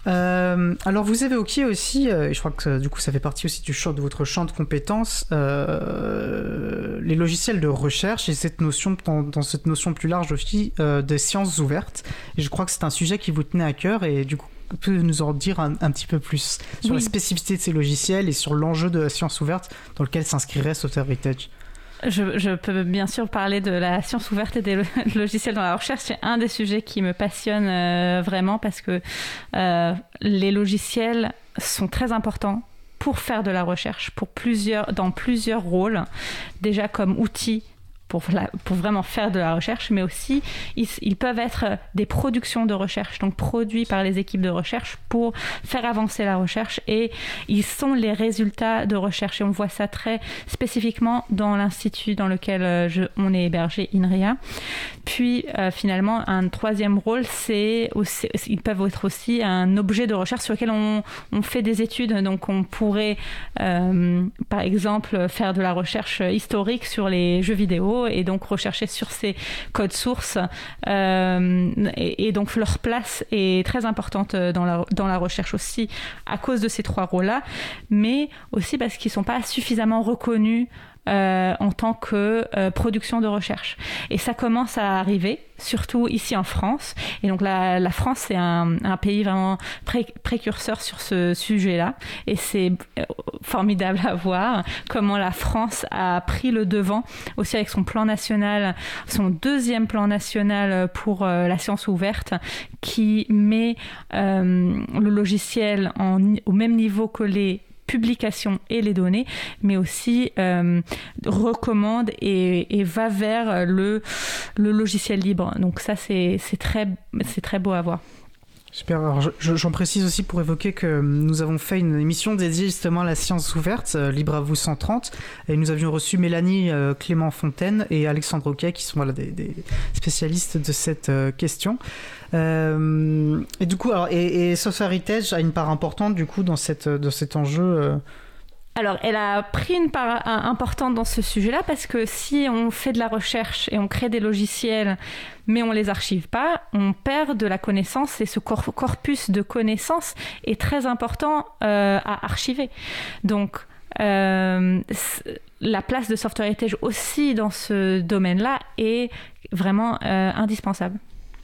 Euh, alors vous évoquiez aussi, euh, et je crois que du coup ça fait partie aussi du champ de votre champ de compétences, euh, les logiciels de recherche et cette notion, dans, dans cette notion plus large aussi, euh, des sciences ouvertes. Et je crois que c'est un sujet qui vous tenait à cœur et du coup peut nous en dire un, un petit peu plus sur oui. la spécificité de ces logiciels et sur l'enjeu de la science ouverte dans lequel s'inscrirait Software Heritage. Je, je peux bien sûr parler de la science ouverte et des logiciels dans la recherche. C'est un des sujets qui me passionne euh, vraiment parce que euh, les logiciels sont très importants pour faire de la recherche, pour plusieurs, dans plusieurs rôles, déjà comme outils pour, la, pour vraiment faire de la recherche, mais aussi ils, ils peuvent être des productions de recherche, donc produits par les équipes de recherche pour faire avancer la recherche, et ils sont les résultats de recherche. Et on voit ça très spécifiquement dans l'institut dans lequel je, on est hébergé, INRIA. Puis euh, finalement, un troisième rôle, c'est aussi, ils peuvent être aussi un objet de recherche sur lequel on, on fait des études. Donc on pourrait, euh, par exemple, faire de la recherche historique sur les jeux vidéo, et donc rechercher sur ces codes sources, euh, et, et donc leur place est très importante dans la, dans la recherche aussi à cause de ces trois rôles-là, mais aussi parce qu'ils ne sont pas suffisamment reconnus Euh, en tant que euh, production de recherche. Et ça commence à arriver, surtout ici en France. Et donc la, la France, c'est un, un pays vraiment pré- précurseur sur ce sujet-là. Et c'est formidable à voir comment la France a pris le devant, aussi avec son plan national, son deuxième plan national pour euh, la science ouverte, qui met euh, le logiciel en, au même niveau que les publications et les données, mais aussi euh, recommande et, et va vers le, le logiciel libre. Donc ça, c'est, c'est, très, c'est très beau à voir. Super. Alors je, j'en précise aussi pour évoquer que nous avons fait une émission dédiée justement à la science ouverte, euh, Libre à vous cent trente, et nous avions reçu Mélanie euh, Clément-Fontaine et Alexandre Roquet, qui sont voilà, des, des spécialistes de cette euh, question. Euh, et du coup, alors, et, et Software Heritage a une part importante du coup dans, cette, dans cet enjeu. Euh... Alors, elle a pris une part importante dans ce sujet-là parce que si on fait de la recherche et on crée des logiciels, mais on les archive pas, on perd de la connaissance, et ce cor- corpus de connaissances est très important euh, à archiver. Donc, euh, la place de Software Heritage aussi dans ce domaine-là est vraiment euh, indispensable.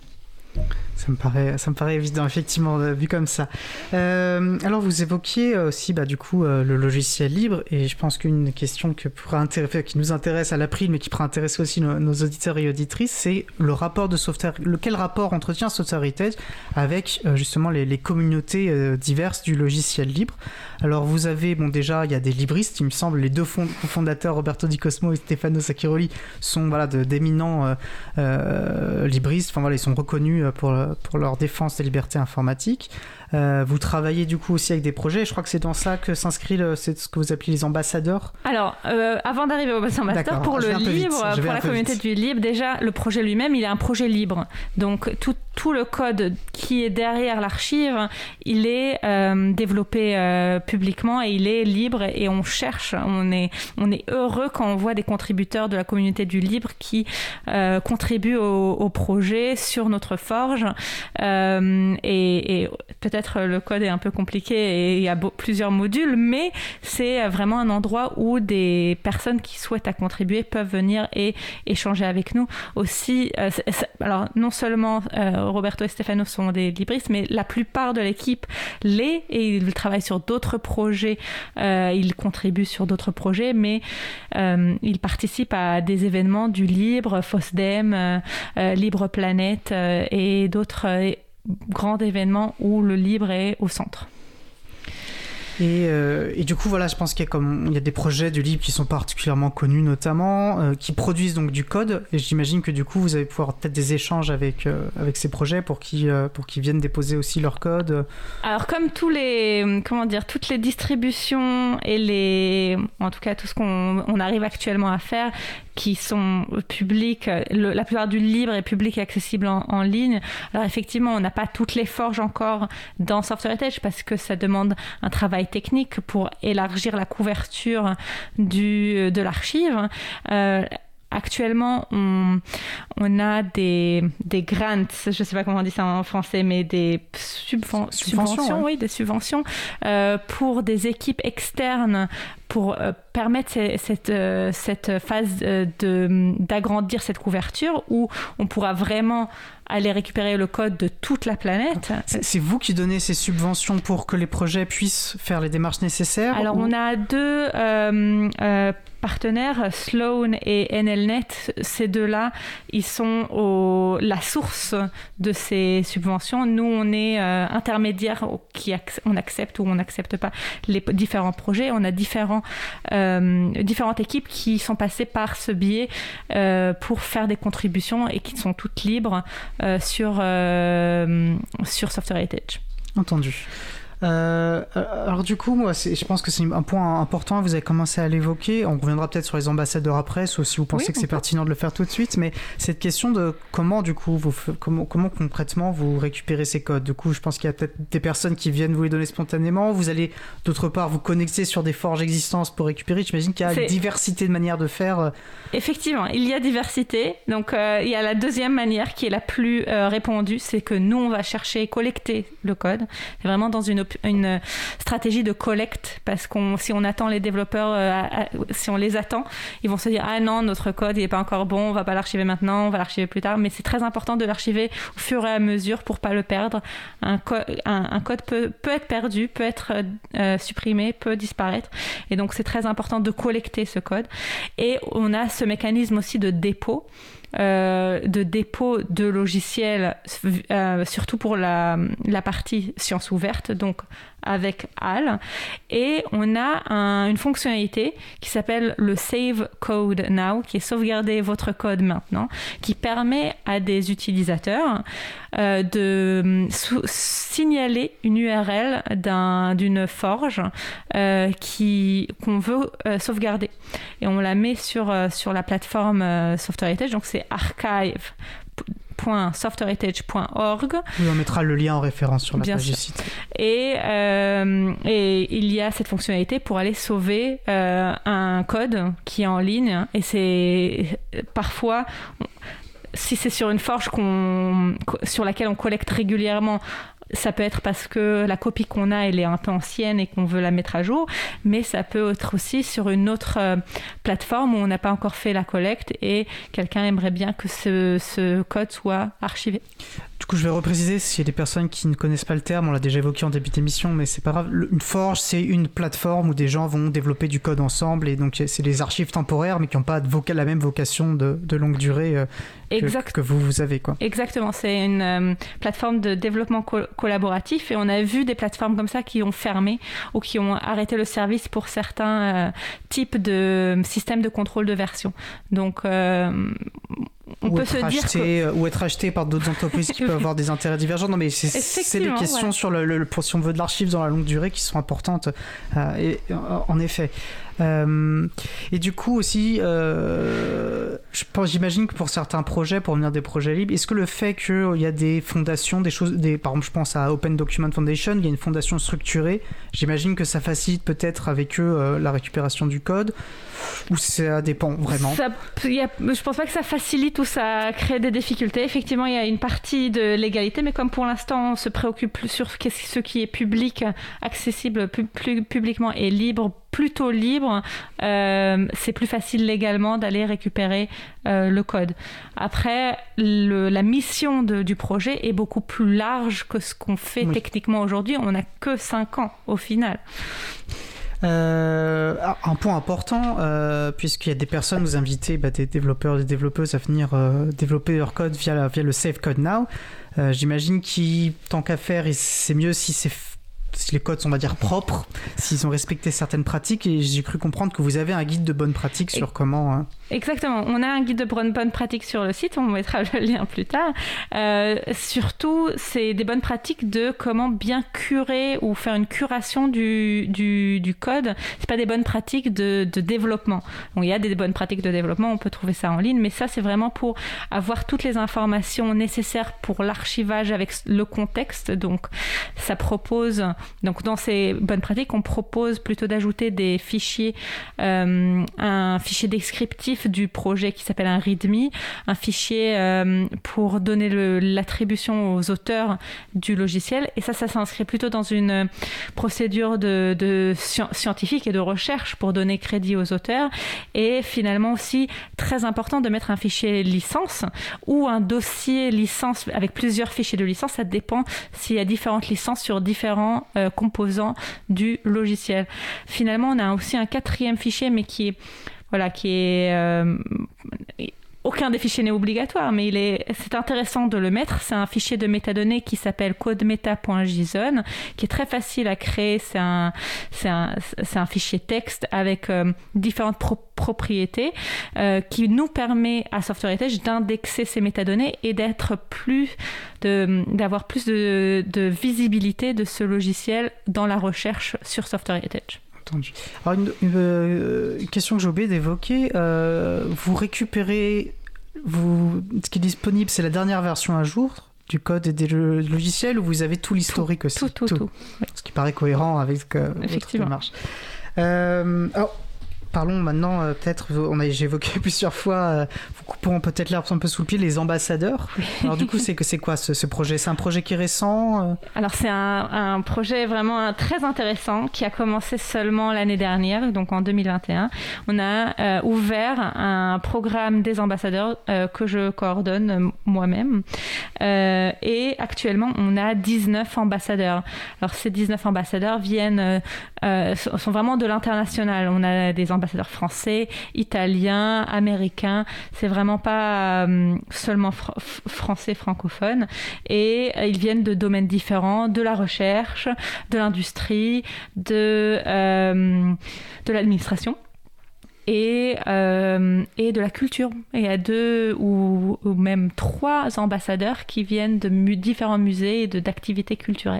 Ça me paraît, ça me paraît évident, effectivement, vu comme ça. Euh, alors, vous évoquiez aussi, bah, du coup, euh, le logiciel libre, et je pense qu'une question que pourra intéresser, qui nous intéresse à l'April, mais qui pourra intéresser aussi nos, nos auditeurs et auditrices, c'est le rapport de Software, le, quel rapport entretient Software Heritage avec euh, justement les, les communautés euh, diverses du logiciel libre. Alors, vous avez, bon, déjà, il y a des libristes, il me semble, les deux fond- fondateurs, Roberto Di Cosmo et Stefano Sacchiroli, sont voilà, de, d'éminents euh, euh, libristes, enfin voilà, ils sont reconnus pour pour leur défense des libertés informatiques. Euh, vous travaillez du coup aussi avec des projets, je crois que c'est dans ça que s'inscrit le, c'est ce que vous appelez les ambassadeurs. Alors, euh, avant d'arriver aux ambassadeurs, pour le libre, pour la communauté vite. du libre, déjà, le projet lui-même, il est un projet libre. Donc, tout, tout le code qui est derrière l'archive, il est euh, développé euh, publiquement et il est libre, et on cherche, on est, on est heureux quand on voit des contributeurs de la communauté du libre qui euh, contribuent au, au projet sur notre forge. Euh, et, et peut-être le code est un peu compliqué et il y a beau, plusieurs modules, mais c'est vraiment un endroit où des personnes qui souhaitent à contribuer peuvent venir et échanger avec nous aussi. Euh, c'est, c'est, alors non seulement euh, Roberto et Stefano sont des libristes, mais la plupart de l'équipe l'est, et ils travaillent sur d'autres projets, euh, ils contribuent sur d'autres projets, mais euh, ils participent à des événements du libre, FOSDEM, euh, euh, Libre Planète euh, et d'autres euh, grands événements où le libre est au centre. Et, euh, et du coup, voilà, je pense qu'il y a, comme, il y a des projets du libre qui sont particulièrement connus, notamment, euh, qui produisent donc du code. Et j'imagine que du coup, vous allez pouvoir peut-être des échanges avec, euh, avec ces projets pour qu'ils, euh, pour qu'ils viennent déposer aussi leur code. Alors, comme tous les, comment dire, toutes les distributions et les, en tout cas, tout ce qu'on on arrive actuellement à faire, qui sont publics, le, la plupart du libre est public et accessible en, en ligne. Alors effectivement, on n'a pas toutes les forges encore dans Software Heritage parce que ça demande un travail technique pour élargir la couverture du, de l'archive. Euh, actuellement, on, on a des, des grants, je ne sais pas comment on dit ça en français, mais des subven- subventions, subventions, ouais. oui, des subventions euh, pour des équipes externes pour euh, permettre c- cette, euh, cette phase euh, de, d'agrandir cette couverture où on pourra vraiment aller récupérer le code de toute la planète. C'est, c'est vous qui donnez ces subventions pour que les projets puissent faire les démarches nécessaires? Alors, ou... on a deux euh, euh, partenaires, Sloan et N L Net. Ces deux-là, ils sont au, la source de ces subventions. Nous, on est euh, intermédiaire, qui ac- on accepte ou on n'accepte pas les p- différents projets. On a différents, euh, différentes équipes qui sont passées par ce biais euh, pour faire des contributions et qui sont toutes libres euh, sur, euh, sur Software Heritage. Entendu. Euh, alors du coup, moi, c'est, je pense que c'est un point important, vous avez commencé à l'évoquer, on reviendra peut-être sur les ambassadeurs après, sauf si vous pensez Oui, que c'est peut. pertinent de le faire tout de suite, mais cette question de comment, du coup, vous, comment, comment concrètement vous récupérez ces codes. Du coup, je pense qu'il y a peut-être des personnes qui viennent vous les donner spontanément, vous allez d'autre part vous connecter sur des forges existantes pour récupérer, j'imagine qu'il y a C'est... une diversité de manières de faire. Effectivement, il y a diversité. Donc, euh, il y a la deuxième manière qui est la plus euh, répandue, c'est que nous, on va chercher et collecter le code. C'est vraiment dans une, op- une stratégie de collecte, parce qu'on, si on attend les développeurs, euh, à, à, si on les attend, ils vont se dire « Ah non, notre code, il n'est pas encore bon, on va pas l'archiver maintenant, on va l'archiver plus tard. » Mais c'est très important de l'archiver au fur et à mesure pour pas le perdre. Un, co- un, un code peut, peut être perdu, peut être euh, supprimé, peut disparaître. Et donc, c'est très important de collecter ce code. Et on a ce mécanisme aussi de dépôt, euh, de dépôt de logiciels, euh, surtout pour la, la partie sciences ouvertes, donc avec A L. Et on a un, une fonctionnalité qui s'appelle le Save Code Now, qui est sauvegarder votre code maintenant, qui permet à des utilisateurs euh, de sou- signaler une U R L d'un, d'une forge euh, qui, qu'on veut euh, sauvegarder. Et on la met sur, euh, sur la plateforme euh, Software Heritage, donc c'est archive point software heritage point org. Oui, on mettra le lien en référence sur la Bien page sûr. du site. Et, euh, et il y a cette fonctionnalité pour aller sauver euh, un code qui est en ligne. Et c'est parfois, si c'est sur une forge qu'on, sur laquelle on collecte régulièrement, ça peut être parce que la copie qu'on a, elle est un peu ancienne et qu'on veut la mettre à jour, mais ça peut être aussi sur une autre euh, plateforme où on n'a pas encore fait la collecte et quelqu'un aimerait bien que ce, ce code soit archivé. Du coup, je vais repréciser s'il y a des personnes qui ne connaissent pas le terme, on l'a déjà évoqué en début d'émission, mais c'est pas grave. Le- Une forge, c'est une plateforme où des gens vont développer du code ensemble, et donc c'est des archives temporaires, mais qui n'ont pas de voca- la même vocation de, de longue durée euh, que, Exact. que vous, vous avez, quoi. Exactement, c'est une euh, plateforme de développement co- collaboratif et on a vu des plateformes comme ça qui ont fermé ou qui ont arrêté le service pour certains euh, types de systèmes de contrôle de version. Donc, euh, on ou peut être se dire acheté, que... euh, ou être acheté par d'autres entreprises qui peuvent avoir des intérêts divergents. Non, mais c'est, c'est des Effectivement, questions voilà. sur le, le- pour si on veut de l'archive dans la longue durée qui sont importantes, euh, et, en effet. Euh, et du coup aussi, euh, je pense, j'imagine que pour certains projets, pour venir des projets libres, est-ce que le fait qu'il y a des fondations, des choses, des, par exemple, je pense à Open Document Foundation, il y a une fondation structurée, j'imagine que ça facilite peut-être avec eux euh, la récupération du code, ou ça dépend vraiment? Ça, y a, je pense pas que ça facilite ou ça crée des difficultés. Effectivement, il y a une partie de légalité, mais comme pour l'instant, on se préoccupe plus sur ce qui est public, accessible plus, plus publiquement et libre, plutôt libre, euh, c'est plus facile légalement d'aller récupérer euh, le code. Après, le, la mission de, du projet est beaucoup plus large que ce qu'on fait Oui. techniquement aujourd'hui. On n'a que cinq ans au final. Euh, un point important, euh, puisqu'il y a des personnes, vous invitez bah, des développeurs, des développeuses à venir euh, développer leur code via, la, via le Save Code Now. Euh, j'imagine qu'il, tant qu'à faire, c'est mieux si, c'est, si les codes sont, on va dire, propres, s'ils ont respecté certaines pratiques. Et j'ai cru comprendre que vous avez un guide de bonnes pratiques sur comment... Hein. Exactement. On a un guide de bonnes bonnes pratiques sur le site. On mettra le lien plus tard. Euh, surtout, c'est des bonnes pratiques de comment bien curer ou faire une curation du, du, du code. C'est pas des bonnes pratiques de, de développement. Bon, il y a des bonnes pratiques de développement. On peut trouver ça en ligne, mais ça, c'est vraiment pour avoir toutes les informations nécessaires pour l'archivage avec le contexte. Donc, ça propose Donc dans ces bonnes pratiques, on propose plutôt d'ajouter des fichiers, euh, un fichier descriptif du projet qui s'appelle un README, un fichier euh, pour donner le, l'attribution aux auteurs du logiciel. Et ça, ça s'inscrit plutôt dans une procédure de, de scientifique et de recherche pour donner crédit aux auteurs. Et finalement aussi, très important de mettre un fichier licence ou un dossier licence avec plusieurs fichiers de licence. Ça dépend s'il y a différentes licences sur différents euh, composants du logiciel. Finalement, on a aussi un quatrième fichier, mais qui est, voilà, qui est euh, aucun des fichiers n'est obligatoire, mais il est, c'est intéressant de le mettre. C'est un fichier de métadonnées qui s'appelle codemeta.json, qui est très facile à créer. C'est un, c'est un, c'est un fichier texte avec euh, différentes pro- propriétés euh, qui nous permet à Software Heritage d'indexer ces métadonnées et d'être plus, de, d'avoir plus de, de visibilité de ce logiciel dans la recherche sur Software Heritage. Entendu. Alors une, une, euh, une question que j'ai oublié d'évoquer, euh, vous récupérez, vous, ce qui est disponible, c'est la dernière version à jour du code et des le, logiciels, ou vous avez tout l'historique tout, aussi Tout, tout, tout. tout. Oui. Ce qui paraît cohérent avec euh, votre démarche. Euh, alors, parlons maintenant, euh, peut-être, on a, j'ai évoqué plusieurs fois, euh, vous coupons peut-être l'herbe un peu sous le pied, les ambassadeurs. Oui. Alors du coup, c'est, c'est quoi ce, ce projet ? C'est un projet qui est récent euh... Alors c'est un, un projet vraiment très intéressant qui a commencé seulement l'année dernière, donc en deux mille vingt et un. On a euh, ouvert un programme des ambassadeurs euh, que je coordonne euh, moi-même. Euh, et actuellement, on a dix-neuf ambassadeurs. Alors ces dix-neuf ambassadeurs viennent, euh, sont vraiment de l'international. On a des ambassadeurs ambassadeurs français, italiens, américains. C'est vraiment pas euh, seulement fr- français francophone. Et euh, ils viennent de domaines différents, de la recherche, de l'industrie, de, euh, de l'administration. Et, euh, et de la culture. Et il y a deux ou, ou même trois ambassadeurs qui viennent de mu- différents musées et de, d'activités culturelles.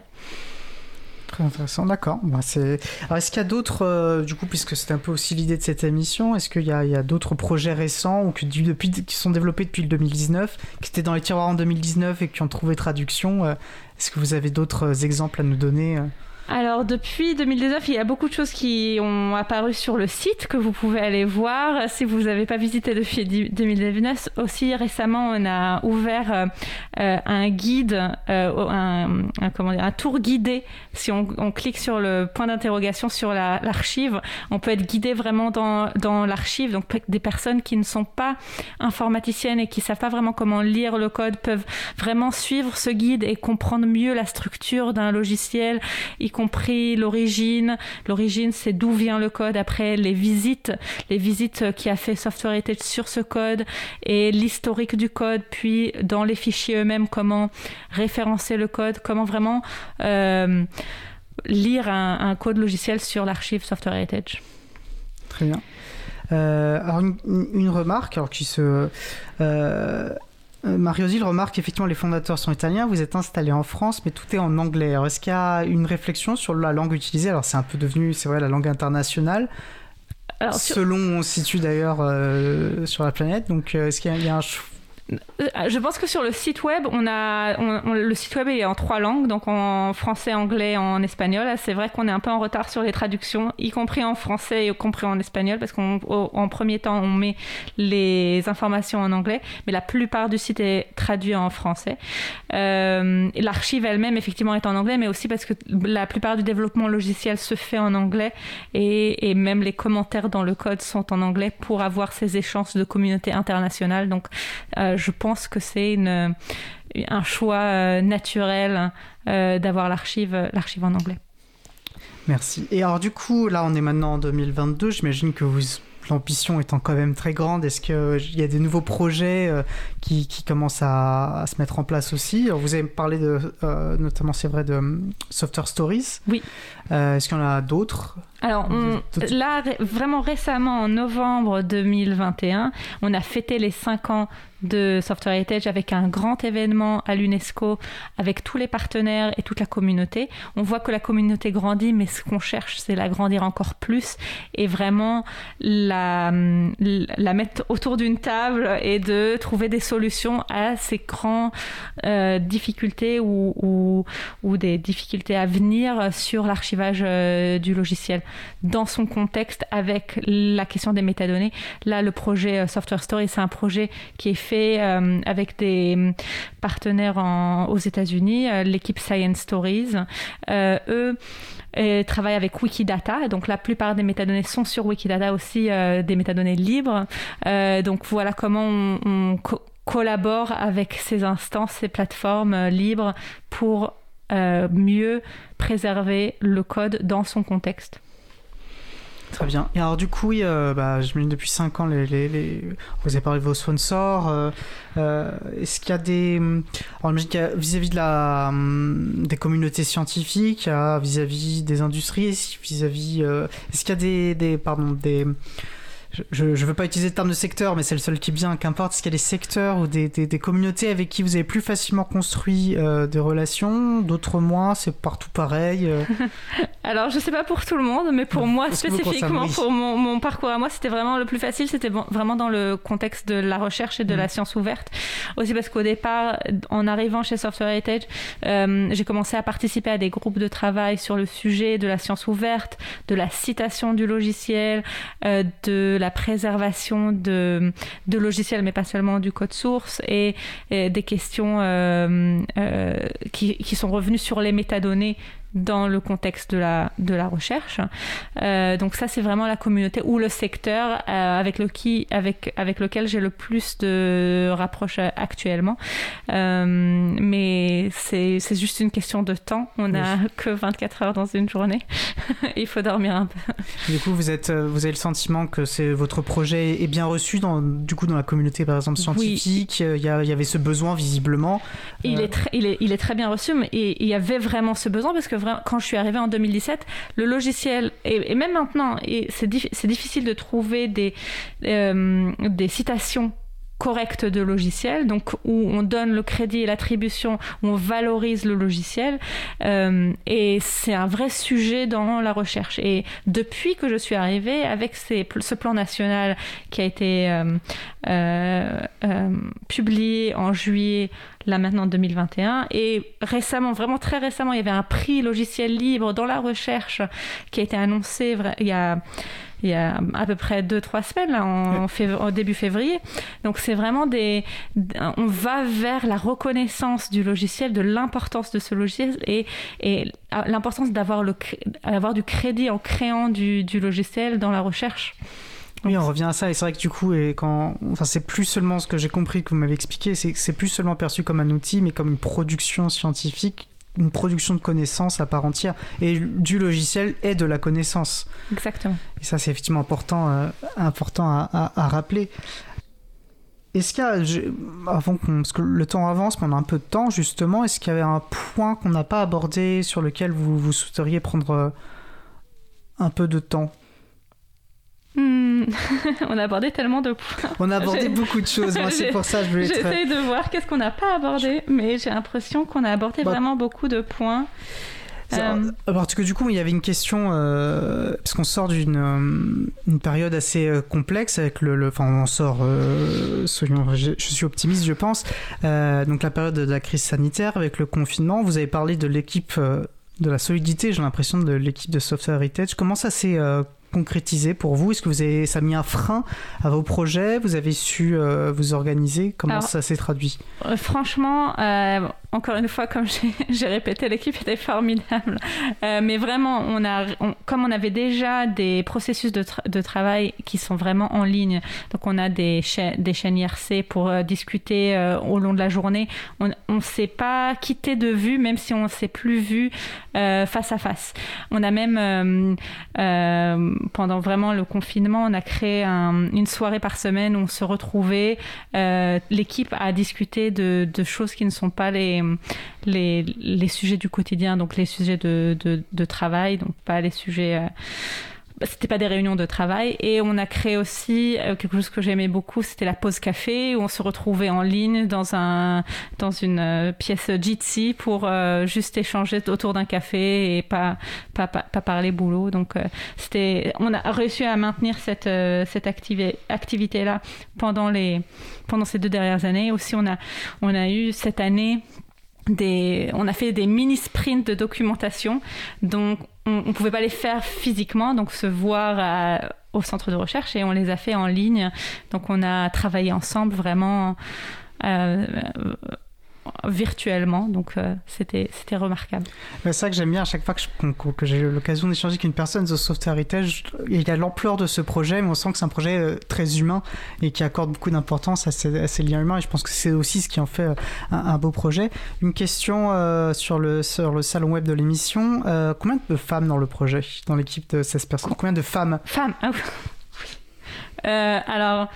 Très intéressant, d'accord. Bah, c'est... Alors, est-ce qu'il y a d'autres, euh, du coup, puisque c'était un peu aussi l'idée de cette émission, est-ce qu'il y a, il y a d'autres projets récents ou que, depuis, qui sont développés depuis le deux mille dix-neuf, qui étaient dans les tiroirs en deux mille dix-neuf et qui ont trouvé traduction euh, Est-ce que vous avez d'autres exemples à nous donner euh Alors, depuis deux mille dix-neuf, il y a beaucoup de choses qui ont apparu sur le site que vous pouvez aller voir. Si vous n'avez pas visité depuis deux mille dix-neuf, aussi récemment, on a ouvert euh, un guide, euh, un, un, comment dire, un tour guidé. Si on, on clique sur le point d'interrogation sur la, l'archive, on peut être guidé vraiment dans, dans l'archive. Donc, des personnes qui ne sont pas informaticiennes et qui ne savent pas vraiment comment lire le code peuvent vraiment suivre ce guide et comprendre mieux la structure d'un logiciel, y compris l'origine. L'origine, c'est d'où vient le code. Après, les visites, les visites qui a fait Software Heritage sur ce code et l'historique du code, puis dans les fichiers eux-mêmes, comment référencer le code, comment vraiment euh, lire un, un code logiciel sur l'archive Software Heritage. Très bien. Euh, alors, une, une remarque alors, qui se... Euh... Mario Zil remarque qu'effectivement les fondateurs sont italiens, vous êtes installé en France, mais tout est en anglais. Alors, est-ce qu'il y a une réflexion sur la langue utilisée ? Alors c'est un peu devenu, c'est vrai, la langue internationale, alors, selon sur... où on se situe d'ailleurs euh, sur la planète. Donc est-ce qu'il y a, il y a un... Je pense que sur le site web, on a, on, on, le site web est en trois langues, donc en français, anglais, en espagnol. C'est vrai qu'on est un peu en retard sur les traductions, y compris en français et y compris en espagnol, parce qu'en premier temps, on met les informations en anglais, mais la plupart du site est traduit en français. Euh, l'archive elle-même, effectivement, est en anglais, mais aussi parce que la plupart du développement logiciel se fait en anglais et, et même les commentaires dans le code sont en anglais pour avoir ces échanges de communauté internationale. Donc, euh, je pense que c'est une, un choix euh, naturel euh, d'avoir l'archive, l'archive en anglais. Merci. Et alors du coup, là on est maintenant en deux mille vingt-deux, j'imagine que vous, l'ambition étant quand même très grande, est-ce qu'il euh, y a des nouveaux projets euh, qui, qui commencent à, à se mettre en place aussi ? Alors, vous avez parlé de, euh, notamment c'est vrai, de um, Software Stories. Oui. Euh, est-ce qu'il y en a d'autres ? Alors, on, là, vraiment récemment, en novembre deux mille vingt et un, on a fêté les cinq ans de Software Heritage avec un grand événement à l'UNESCO, avec tous les partenaires et toute la communauté. On voit que la communauté grandit, mais ce qu'on cherche, c'est la grandir encore plus et vraiment la, la mettre autour d'une table et de trouver des solutions à ces grandes euh, difficultés ou, ou, ou des difficultés à venir sur l'archivage euh, du logiciel. Dans son contexte, avec la question des métadonnées, là, le projet euh, Software Story, c'est un projet qui est fait Euh, avec des partenaires en, aux États-Unis, euh, l'équipe Science Stories. Euh, eux euh, travaillent avec Wikidata, donc la plupart des métadonnées sont sur Wikidata aussi, euh, des métadonnées libres. Euh, donc voilà comment on, on co- collabore avec ces instances, ces plateformes euh, libres pour euh, mieux préserver le code dans son contexte. Très bien. Et alors du coup, oui, euh, bah, j'imagine depuis cinq ans, les, les, les... vous avez parlé de vos sponsors. Euh, euh, est-ce qu'il y a des... Alors j'imagine qu'il y a vis-à-vis de la, des communautés scientifiques, vis-à-vis des industries, vis-à-vis... Euh, est-ce qu'il y a des... des pardon, des... Je ne veux pas utiliser le terme de secteur, mais c'est le seul qui est bien, qu'importe. Est-ce qu'il y a des secteurs ou des, des, des communautés avec qui vous avez plus facilement construit euh, des relations, d'autres moins, c'est partout pareil euh... Alors, je ne sais pas pour tout le monde, mais pour moi, spécifiquement, pour mon, mon parcours à moi, c'était vraiment le plus facile. C'était bon, vraiment dans le contexte de la recherche et de mmh. la science ouverte. Aussi parce qu'au départ, en arrivant chez Software Heritage, euh, j'ai commencé à participer à des groupes de travail sur le sujet de la science ouverte, de la citation du logiciel, euh, de la la préservation de, de logiciels, mais pas seulement du code source, et, et des questions euh, euh, qui, qui sont revenues sur les métadonnées dans le contexte de la, de la recherche. Euh, donc ça, c'est vraiment la communauté ou le secteur euh, avec, le qui, avec, avec lequel j'ai le plus de rapproches actuellement. Euh, mais c'est, c'est juste une question de temps. On n'a oui. que vingt-quatre heures dans une journée. Il faut dormir un peu. Du coup, vous, êtes, vous avez le sentiment que c'est, votre projet est bien reçu dans, du coup, dans la communauté, par exemple, scientifique. Oui. Il y, a, il y avait ce besoin, visiblement. Il, euh... est, très, il, est, il est très bien reçu, mais il y avait vraiment ce besoin parce que quand je suis arrivée en deux mille dix-sept, le logiciel, et, et même maintenant, et c'est, dif- c'est difficile de trouver des, euh, des citations correctes de logiciels, donc où on donne le crédit et l'attribution, où on valorise le logiciel, euh, et c'est un vrai sujet dans la recherche. Et depuis que je suis arrivée, avec ces, ce plan national qui a été euh, euh, euh, publié en juillet, là maintenant deux mille vingt et un, et récemment, vraiment très récemment, il y avait un prix logiciel libre dans la recherche qui a été annoncé il y a il y a à peu près deux trois semaines là, en, fév- en début février. Donc c'est vraiment des, on va vers la reconnaissance du logiciel, de l'importance de ce logiciel et, et l'importance d'avoir, le, d'avoir du crédit en créant du, du logiciel dans la recherche. Oui, on revient à ça, et c'est vrai que du coup, et quand, enfin, c'est plus seulement ce que j'ai compris que vous m'avez expliqué, c'est que c'est plus seulement perçu comme un outil, mais comme une production scientifique, une production de connaissances à part entière. Et du logiciel est de la connaissance. Exactement. Et ça, c'est effectivement important, euh, important à, à, à rappeler. Est-ce qu'il y a, je, avant qu'on, parce que le temps avance, mais on a un peu de temps justement, est-ce qu'il y avait un point qu'on n'a pas abordé sur lequel vous, vous souhaiteriez prendre euh, un peu de temps? Hmm. On a abordé tellement de points. On a abordé j'ai... beaucoup de choses. Moi, c'est pour ça que je voulais. J'essaie très... de voir qu'est-ce qu'on n'a pas abordé, mais j'ai l'impression qu'on a abordé bah... vraiment beaucoup de points. Euh... Parce que du coup, il y avait une question, euh, parce qu'on sort d'une euh, une période assez euh, complexe avec le, le, enfin, on sort, euh, soyons, je, je suis optimiste, je pense. Euh, donc la période de la crise sanitaire avec le confinement. Vous avez parlé de l'équipe, euh, de la solidité. J'ai l'impression de l'équipe de Software Heritage. Comment ça s'est euh, concrétisé pour vous? Est-ce que vous avez, ça a mis un frein à vos projets? Vous avez su euh, vous organiser? Comment Alors, ça s'est traduit? euh, Franchement, euh, encore une fois, comme j'ai, j'ai répété, l'équipe était formidable. Euh, mais vraiment, on a, on, comme on avait déjà des processus de, tra- de travail qui sont vraiment en ligne, donc on a des, cha- des chaînes I R C pour euh, discuter euh, au long de la journée, on ne s'est pas quitté de vue, même si on ne s'est plus vu euh, face à face. On a même... Euh, euh, pendant vraiment le confinement, on a créé un, une soirée par semaine où on se retrouvait. Euh, l'équipe a discuté de, de choses qui ne sont pas les, les, les sujets du quotidien, donc les sujets de, de, de travail, donc pas les sujets... Euh, c'était pas des réunions de travail. Et on a créé aussi euh, quelque chose que j'aimais beaucoup, c'était la pause café, où on se retrouvait en ligne dans, un, dans une euh, pièce Jitsi pour euh, juste échanger autour d'un café et pas, pas, pas, pas parler boulot. Donc, euh, c'était, on a réussi à maintenir cette, euh, cette activi- activité-là pendant, les, pendant ces deux dernières années. Aussi, on a, on a eu cette année... Des, on a fait des mini sprints de documentation, donc on ne pouvait pas les faire physiquement, donc se voir à, au centre de recherche, et on les a fait en ligne. Donc on a travaillé ensemble vraiment euh, virtuellement, donc euh, c'était, c'était remarquable. C'est ça que j'aime bien à chaque fois que, je, que, que j'ai l'occasion d'échanger avec une personne de Software Heritage. Il y a l'ampleur de ce projet, mais on sent que c'est un projet euh, très humain et qui accorde beaucoup d'importance à ces, à ces liens humains, et je pense que c'est aussi ce qui en fait euh, un, un beau projet. Une question euh, sur, le, sur le salon web de l'émission. Euh, combien de femmes dans le projet, dans l'équipe de seize personnes? Combien de femmes? Femmes, ah oui. euh, Alors...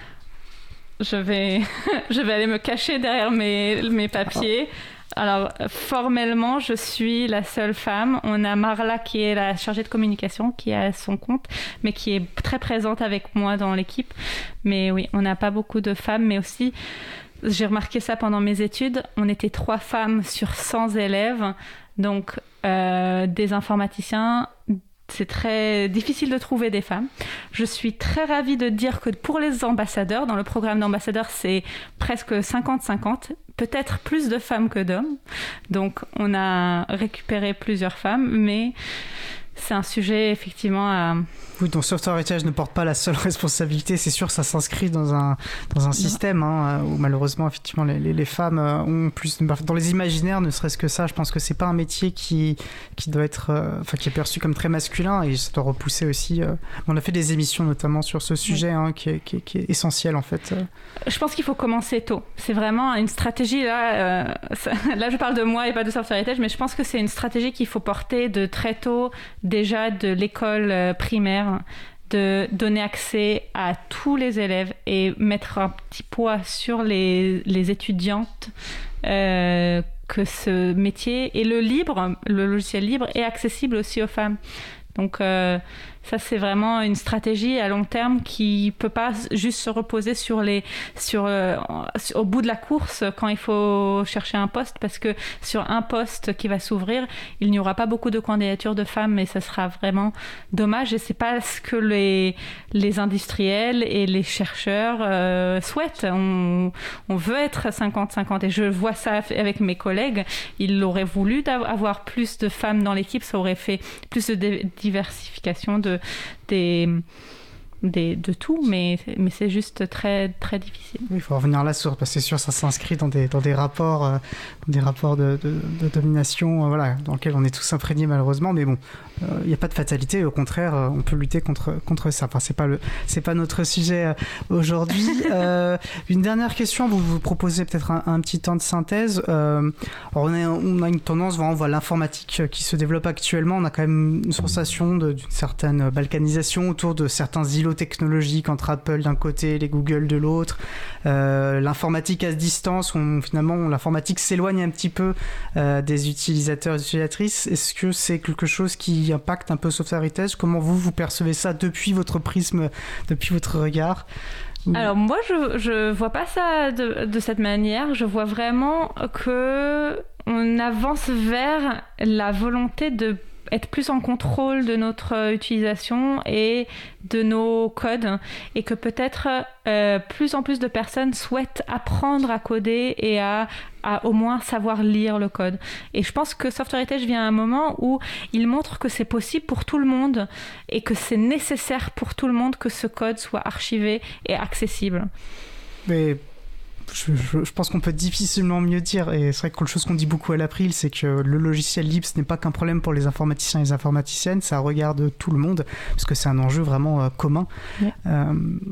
Je vais, je vais aller me cacher derrière mes, mes papiers. Alors, formellement, je suis la seule femme. On a Marla qui est la chargée de communication, qui a son compte, mais qui est très présente avec moi dans l'équipe. Mais oui, on n'a pas beaucoup de femmes, mais aussi, j'ai remarqué ça pendant mes études, on était trois femmes sur cent élèves, donc euh, des informaticiens. C'est très difficile de trouver des femmes. Je suis très ravie de dire que pour les ambassadeurs, dans le programme d'ambassadeurs, c'est presque cinquante cinquante, peut-être plus de femmes que d'hommes. Donc, on a récupéré plusieurs femmes, mais c'est un sujet effectivement à... Oui, donc Software Heritage ne porte pas la seule responsabilité, c'est sûr, ça s'inscrit dans un, dans un système hein, où malheureusement, effectivement, les, les, les femmes ont plus... Dans les imaginaires, ne serait-ce que ça, je pense que c'est pas un métier qui, qui doit être... Euh, enfin, qui est perçu comme très masculin, et ça doit repousser aussi... Euh, on a fait des émissions notamment sur ce sujet, oui. hein, qui, est, qui, est, qui est essentiel, en fait. Je pense qu'il faut commencer tôt. C'est vraiment une stratégie, là, euh, ça, là je parle de moi et pas de Software Heritage, mais je pense que c'est une stratégie qu'il faut porter de très tôt, déjà de l'école primaire, de donner accès à tous les élèves et mettre un petit poids sur les, les étudiantes euh, que ce métier et le libre, le logiciel libre est accessible aussi aux femmes. Donc euh, ça c'est vraiment une stratégie à long terme qui peut pas juste se reposer sur les sur euh, au bout de la course quand il faut chercher un poste, parce que sur un poste qui va s'ouvrir, il n'y aura pas beaucoup de candidatures de femmes et ça sera vraiment dommage, et c'est pas ce que les les industriels et les chercheurs euh, souhaitent. On, on veut être cinquante cinquante et je vois ça avec mes collègues, ils auraient voulu avoir plus de femmes dans l'équipe, ça aurait fait plus de diversification de Des, des, de tout, mais, mais c'est juste très, très difficile. Oui, il faut revenir là sur, parce que c'est sûr, ça s'inscrit dans des, dans des rapports, euh, des rapports de, de, de domination, euh, voilà, dans lesquels on est tous imprégnés malheureusement, mais bon, il euh, n'y a pas de fatalité, au contraire, euh, on peut lutter contre, contre ça. Enfin, c'est pas le, c'est pas notre sujet euh, aujourd'hui. euh, une dernière question, vous vous proposez peut-être un, un petit temps de synthèse. Euh, alors on, est, on a une tendance, vraiment, on voit l'informatique qui se développe actuellement, on a quand même une sensation de, d'une certaine balkanisation autour de certains îlots technologiques entre Apple d'un côté et les Google de l'autre. Euh, l'informatique à distance, on, finalement, l'informatique s'éloigne un petit peu euh, des utilisateurs et utilisatrices. Est-ce que c'est quelque chose qui impacte un peu Software Heritage? Comment vous, vous percevez ça depuis votre prisme, depuis votre regard? Alors moi, je je vois pas ça de, de cette manière. Je vois vraiment que on avance vers la volonté de être plus en contrôle de notre utilisation et de nos codes, et que peut-être euh, plus en plus de personnes souhaitent apprendre à coder et à, à au moins savoir lire le code. Et je pense que Software Heritage vient à un moment où il montre que c'est possible pour tout le monde et que c'est nécessaire pour tout le monde que ce code soit archivé et accessible. Mais Je, je, je pense qu'on peut difficilement mieux dire, et c'est vrai que quelque chose qu'on dit beaucoup à l'April, c'est que le logiciel libre, ce n'est pas qu'un problème pour les informaticiens et les informaticiennes, ça regarde tout le monde, parce que c'est un enjeu vraiment euh, commun. Ouais. Euh,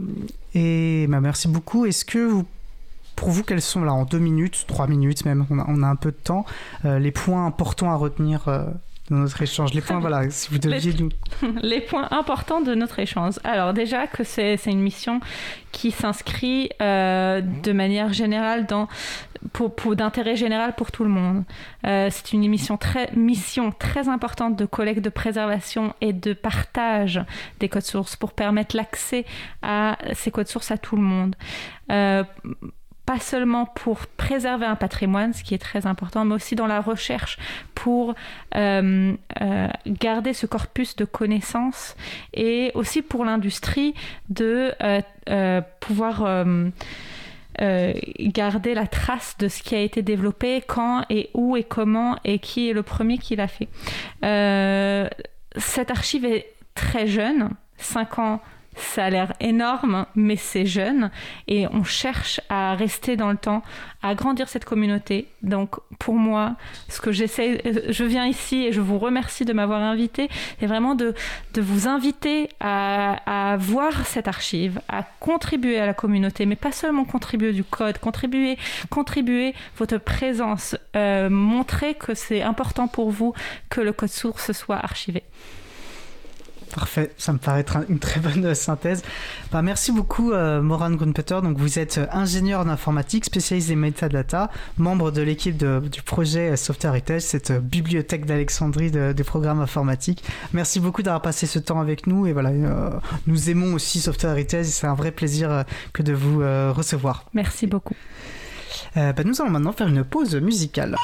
et bah, merci beaucoup. Est-ce que vous, pour vous, quels sont, là, en deux minutes, trois minutes même, on a, on a un peu de temps, euh, les points importants à retenir euh, de notre échange. Les points, voilà, si vous deviez les, nous... les points importants de notre échange. Alors déjà que c'est, c'est une mission qui s'inscrit euh, de manière générale dans... Pour, pour, d'intérêt général pour tout le monde. Euh, c'est une mission très, mission très importante de collecte, de préservation et de partage des codes sources pour permettre l'accès à ces codes sources à tout le monde. Euh, pas seulement pour préserver un patrimoine, ce qui est très important, mais aussi dans la recherche pour euh, euh, garder ce corpus de connaissances et aussi pour l'industrie de euh, euh, pouvoir... Euh, Euh, garder la trace de ce qui a été développé, quand et où et comment et qui est le premier qui l'a fait. Euh, cette archive est très jeune, cinq ans, ça a l'air énorme, mais c'est jeune et on cherche à rester dans le temps, à agrandir cette communauté. Donc pour moi, ce que j'essaie, je viens ici et je vous remercie de m'avoir invité, c'est vraiment de, de vous inviter à, à voir cette archive, à contribuer à la communauté, mais pas seulement contribuer du code, contribuer, contribuer votre présence, euh, montrer que c'est important pour vous que le code source soit archivé. Parfait, ça me paraît être une très bonne synthèse. Bah, merci beaucoup euh, Moran Grunpeter. Donc vous êtes ingénieur en informatique, spécialiste des metadata, membre de l'équipe de, du projet Software Heritage, cette bibliothèque d'Alexandrie de, des programmes informatiques. Merci beaucoup d'avoir passé ce temps avec nous et voilà, euh, nous aimons aussi Software Heritage et c'est un vrai plaisir euh, que de vous euh, recevoir. Merci beaucoup. Euh, bah, nous allons maintenant faire une pause musicale.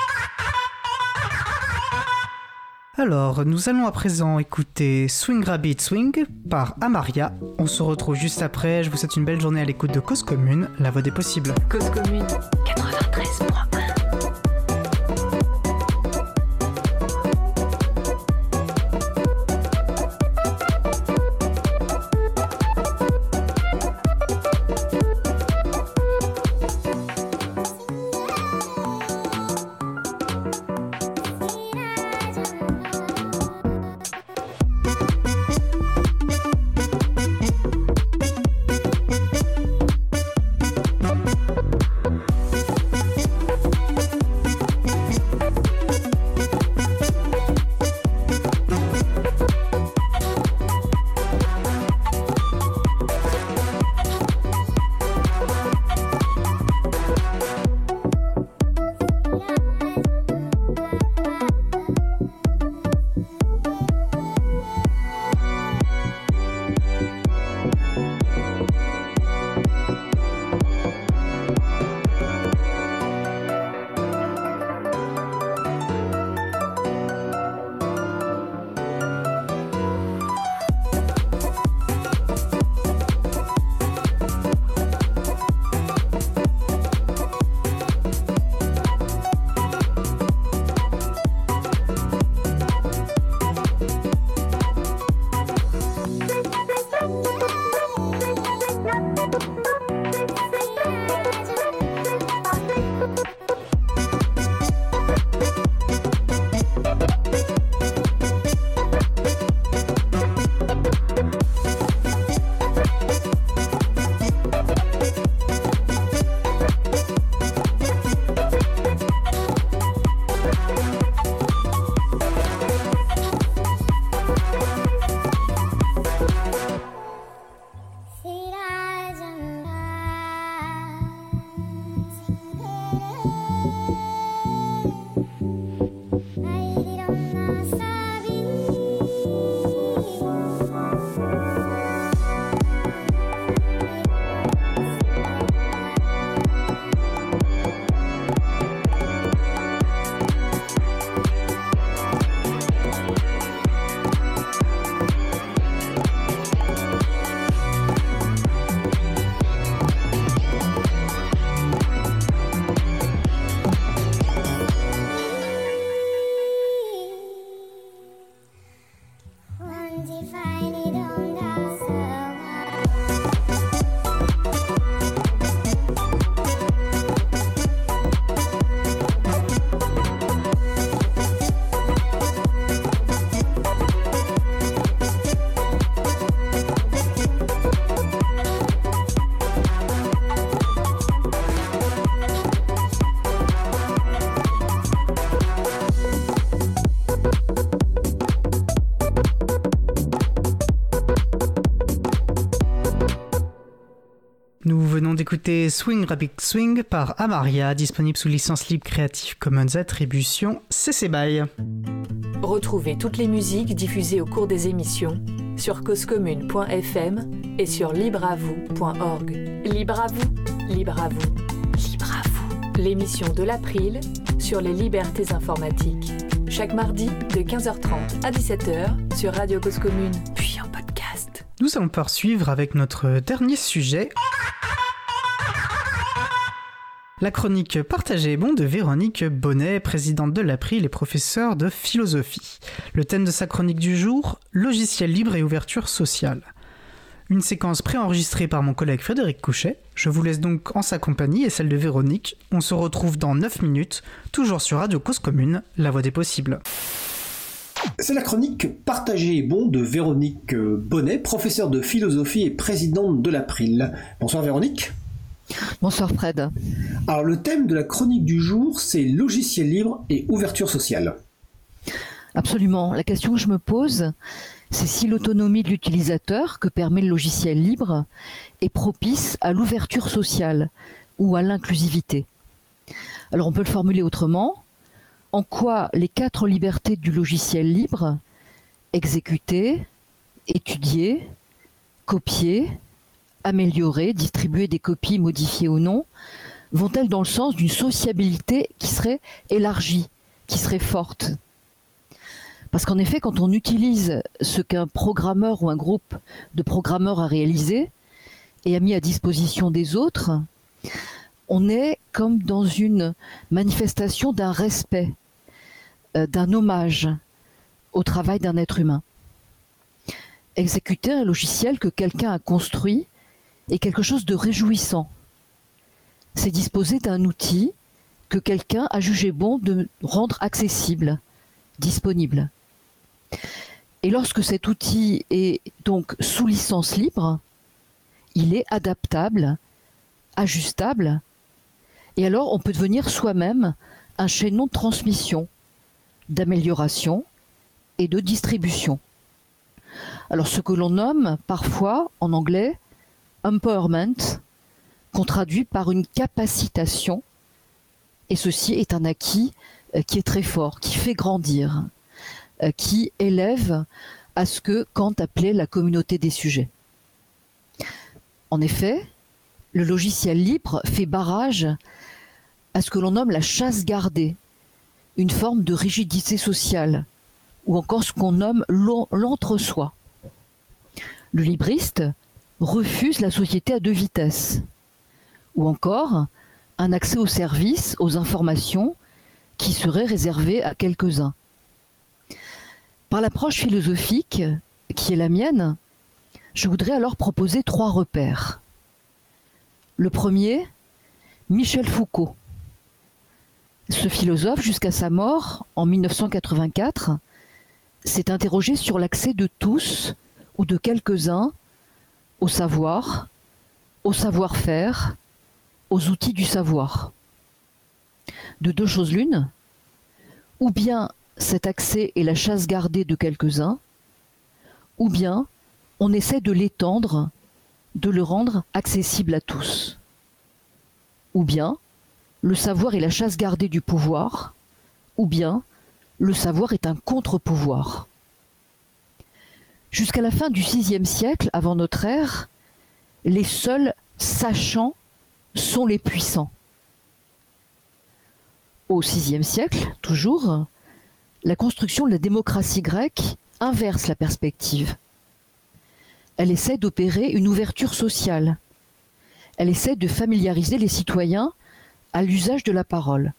Alors, nous allons à présent écouter Swing Rabbit Swing par Amaria. On se retrouve juste après. Je vous souhaite une belle journée à l'écoute de Cause Commune, la voix des possibles. Cause Commune quatre-vingt-treize point un. d'écouter Swing Rabbit Swing par Amaria, disponible sous licence libre Creative Commons Attribution C C B Y. Retrouvez toutes les musiques diffusées au cours des émissions sur cause commune point f m et sur libre à vous point org. Libre à vous, libre à vous, libre à vous. L'émission de l'April sur les libertés informatiques. Chaque mardi de quinze heures trente à dix-sept heures sur Radio Cause Commune, puis en podcast. Nous allons poursuivre avec notre dernier sujet. La chronique Partagée et bon de Véronique Bonnet, présidente de l'April et professeure de philosophie. Le thème de sa chronique du jour, logiciel libre et ouverture sociale. Une séquence préenregistrée par mon collègue Frédéric Couchet. Je vous laisse donc en sa compagnie et celle de Véronique. On se retrouve dans neuf minutes, toujours sur Radio Cause Commune, la voix des possibles. C'est la chronique Partagée et bon de Véronique Bonnet, professeure de philosophie et présidente de l'April. Bonsoir Véronique. Bonsoir Fred. Alors le thème de la chronique du jour, c'est logiciel libre et ouverture sociale. Absolument. La question que je me pose, c'est si l'autonomie de l'utilisateur que permet le logiciel libre est propice à l'ouverture sociale ou à l'inclusivité. Alors on peut le formuler autrement. En quoi les quatre libertés du logiciel libre, exécuter, étudier, copier, améliorer, distribuer des copies modifiées ou non, vont-elles dans le sens d'une sociabilité qui serait élargie, qui serait forte ? Parce qu'en effet, quand on utilise ce qu'un programmeur ou un groupe de programmeurs a réalisé et a mis à disposition des autres, on est comme dans une manifestation d'un respect, euh, d'un hommage au travail d'un être humain. Exécuter un logiciel que quelqu'un a construit est quelque chose de réjouissant. C'est disposer d'un outil que quelqu'un a jugé bon de rendre accessible, disponible. Et lorsque cet outil est donc sous licence libre, il est adaptable, ajustable, et alors on peut devenir soi-même un chaînon de transmission, d'amélioration et de distribution. Alors ce que l'on nomme parfois en anglais empowerment, qu'on traduit par une capacitation, et ceci est un acquis qui est très fort, qui fait grandir, qui élève à ce que Kant appelait la communauté des sujets. En effet, le logiciel libre fait barrage à ce que l'on nomme la chasse gardée, une forme de rigidité sociale, ou encore ce qu'on nomme l'entre-soi. Le libriste refuse la société à deux vitesses, ou encore un accès aux services, aux informations qui serait réservé à quelques-uns. Par l'approche philosophique qui est la mienne, je voudrais alors proposer trois repères. Le premier, Michel Foucault. Ce philosophe, jusqu'à sa mort en mille neuf cent quatre-vingt-quatre, s'est interrogé sur l'accès de tous ou de quelques-uns au savoir, au savoir-faire, aux outils du savoir. De deux choses l'une, ou bien cet accès est la chasse gardée de quelques-uns, ou bien on essaie de l'étendre, de le rendre accessible à tous. Ou bien le savoir est la chasse gardée du pouvoir, ou bien le savoir est un contre-pouvoir. Jusqu'à la fin du sixième siècle, avant notre ère, les seuls sachants sont les puissants. Au sixième siècle, toujours, la construction de la démocratie grecque inverse la perspective. Elle essaie d'opérer une ouverture sociale. Elle essaie de familiariser les citoyens à l'usage de la parole.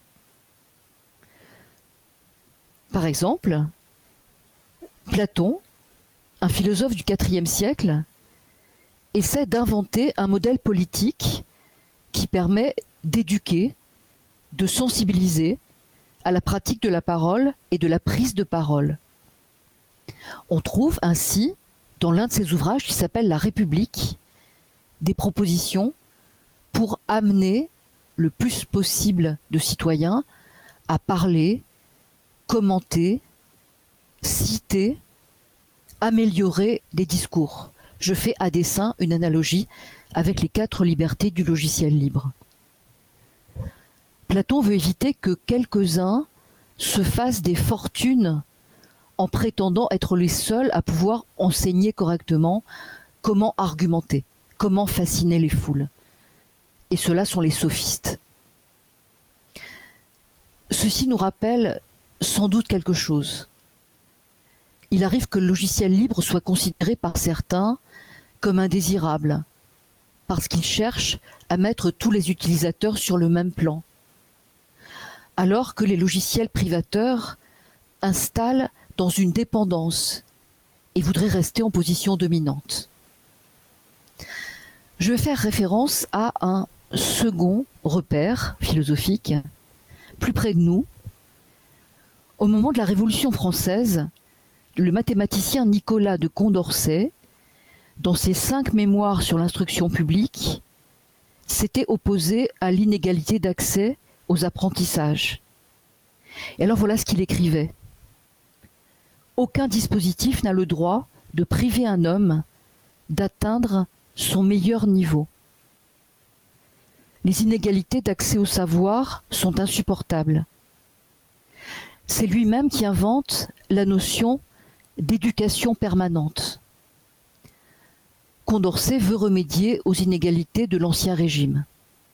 Par exemple, Platon, un philosophe du quatrième siècle, essaie d'inventer un modèle politique qui permet d'éduquer, de sensibiliser à la pratique de la parole et de la prise de parole. On trouve ainsi, dans l'un de ses ouvrages qui s'appelle La République, des propositions pour amener le plus possible de citoyens à parler, commenter, citer, améliorer des discours. Je fais à dessein une analogie avec les quatre libertés du logiciel libre. Platon veut éviter que quelques-uns se fassent des fortunes en prétendant être les seuls à pouvoir enseigner correctement comment argumenter, comment fasciner les foules. Et ceux-là sont les sophistes. Ceci nous rappelle sans doute quelque chose. Il arrive que le logiciel libre soit considéré par certains comme indésirable, parce qu'il cherche à mettre tous les utilisateurs sur le même plan, alors que les logiciels privateurs installent dans une dépendance et voudraient rester en position dominante. Je vais faire référence à un second repère philosophique, plus près de nous. Au moment de la Révolution française, le mathématicien Nicolas de Condorcet, dans ses cinq mémoires sur l'instruction publique, s'était opposé à l'inégalité d'accès aux apprentissages. Et alors voilà ce qu'il écrivait. « Aucun dispositif n'a le droit de priver un homme d'atteindre son meilleur niveau. Les inégalités d'accès au savoir sont insupportables. C'est lui-même qui invente la notion d'éducation permanente. Condorcet veut remédier aux inégalités de l'Ancien Régime.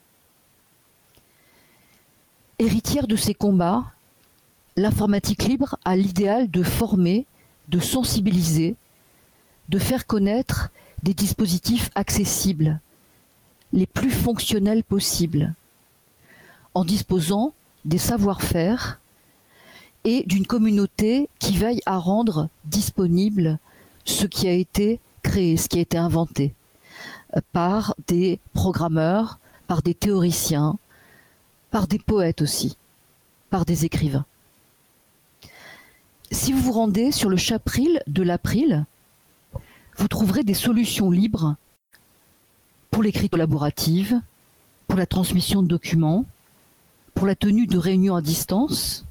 Héritière de ces combats, l'informatique libre a l'idéal de former, de sensibiliser, de faire connaître des dispositifs accessibles, les plus fonctionnels possibles, en disposant des savoir-faire et d'une communauté qui veille à rendre disponible ce qui a été créé, ce qui a été inventé par des programmeurs, par des théoriciens, par des poètes aussi, par des écrivains. Si vous vous rendez sur le chapril de l'April, vous trouverez des solutions libres pour l'écriture collaborative, pour la transmission de documents, pour la tenue de réunions à distance.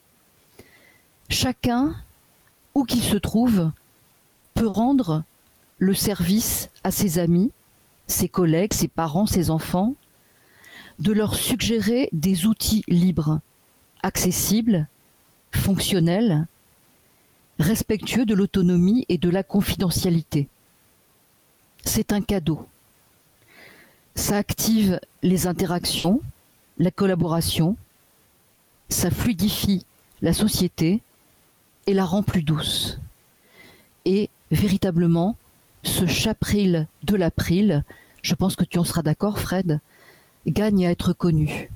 Chacun, où qu'il se trouve, peut rendre le service à ses amis, ses collègues, ses parents, ses enfants, de leur suggérer des outils libres, accessibles, fonctionnels, respectueux de l'autonomie et de la confidentialité. C'est un cadeau. Ça active les interactions, la collaboration, ça fluidifie la société et la rend plus douce. Et véritablement, ce chapril de l'April, je pense que tu en seras d'accord, Fred, gagne à être connu.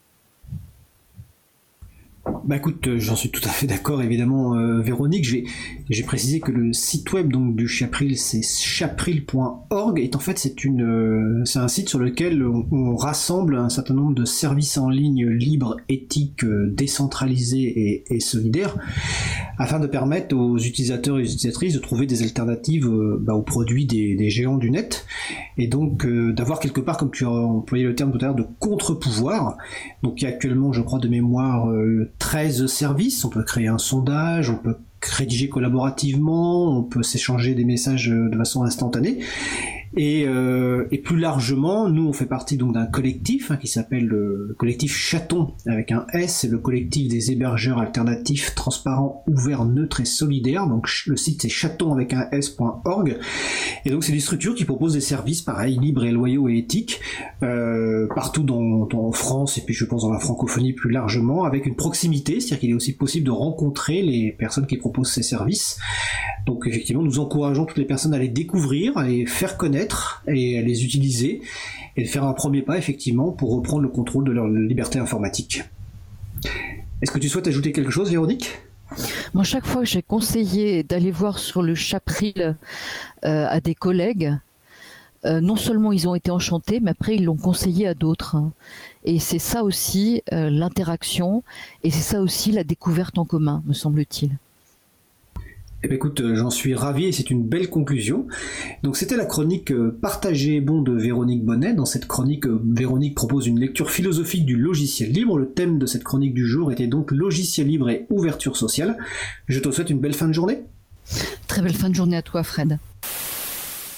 Bah écoute, euh, j'en suis tout à fait d'accord, évidemment, euh, Véronique. J'ai, j'ai précisé que le site web donc du Chapril, c'est chapril point org, et en fait c'est une, euh, c'est un site sur lequel on, on rassemble un certain nombre de services en ligne libres, éthiques, euh, décentralisés et, et solidaires, afin de permettre aux utilisateurs et aux utilisatrices de trouver des alternatives euh, bah, aux produits des, des géants du net, et donc euh, d'avoir quelque part, comme tu as employé le terme tout à l'heure, de contre-pouvoir. Donc il y a actuellement, je crois, de mémoire, euh, treize services. On peut créer un sondage, on peut rédiger collaborativement, on peut s'échanger des messages de façon instantanée. Et, euh, et plus largement, nous on fait partie donc d'un collectif hein, qui s'appelle le collectif Chaton avec un S, c'est le collectif des hébergeurs alternatifs, transparents, ouverts, neutres et solidaires. Donc le site c'est chaton avec un S point org. Et donc c'est des structures qui proposent des services pareils, libres et loyaux et éthiques, euh, partout dans, dans en France et puis je pense dans la francophonie plus largement, avec une proximité, c'est-à-dire qu'il est aussi possible de rencontrer les personnes qui proposent ces services. Donc effectivement, nous encourageons toutes les personnes à les découvrir, à les faire connaître et à les utiliser et de faire un premier pas effectivement pour reprendre le contrôle de leur liberté informatique. Est-ce que tu souhaites ajouter quelque chose, Véronique ? Moi, chaque fois que j'ai conseillé d'aller voir sur le Chapril euh, à des collègues, euh, non seulement ils ont été enchantés, mais après ils l'ont conseillé à d'autres. Et c'est ça aussi euh, l'interaction, et c'est ça aussi la découverte en commun, me semble-t-il. Eh bien, écoute, j'en suis ravi et c'est une belle conclusion. Donc c'était la chronique Partagez bon de Véronique Bonnet. Dans cette chronique, Véronique propose une lecture philosophique du logiciel libre. Le thème de cette chronique du jour était donc logiciel libre et ouverture sociale. Je te souhaite une belle fin de journée. Très belle fin de journée à toi, Fred.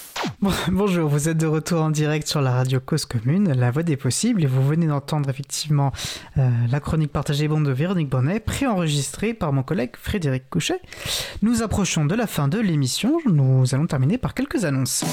Bonjour, vous êtes de retour en direct sur la radio Cause Commune, la voix des possibles, et vous venez d'entendre effectivement euh, la chronique Partagez Bon de Véronique Bonnet, préenregistrée par mon collègue Frédéric Couchet. Nous approchons de la fin de l'émission, nous allons terminer par quelques annonces.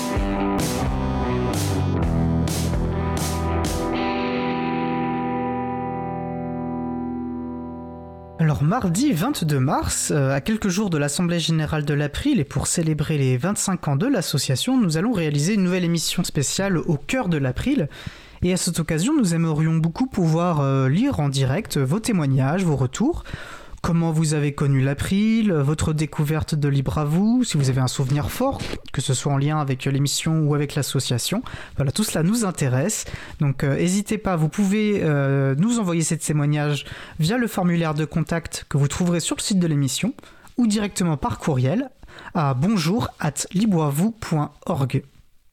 Alors mardi vingt-deux mars, euh, à quelques jours de l'Assemblée Générale de l'April et pour célébrer les vingt-cinq ans de l'association, nous allons réaliser une nouvelle émission spéciale au cœur de l'April. Et à cette occasion, nous aimerions beaucoup pouvoir euh, lire en direct vos témoignages, vos retours. Comment vous avez connu l'April, votre découverte de Libre à vous, si vous avez un souvenir fort, que ce soit en lien avec l'émission ou avec l'association. Voilà, tout cela nous intéresse. Donc n'hésitez euh, pas, vous pouvez euh, nous envoyer ces témoignages via le formulaire de contact que vous trouverez sur le site de l'émission ou directement par courriel à bonjour arobase libreavou point org.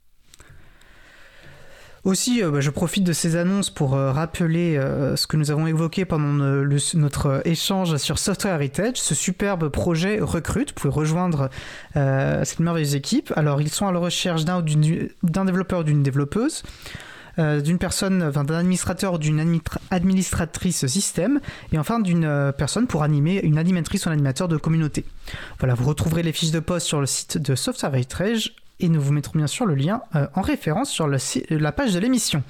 Aussi, euh, bah, je profite de ces annonces pour euh, rappeler euh, ce que nous avons évoqué pendant le, le, notre échange sur Software Heritage, ce superbe projet recrute. Vous pouvez rejoindre euh, cette merveilleuse équipe. Alors, ils sont à la recherche d'un, d'une, d'un développeur ou d'une développeuse, euh, d'une personne, enfin, d'un administrateur ou d'une administra- administratrice système, et enfin d'une euh, personne pour animer, une animatrice ou un animateur de communauté. Voilà, vous retrouverez les fiches de poste sur le site de Software Heritage. Et nous vous mettrons bien sûr le lien euh, en référence sur le, la page de l'émission.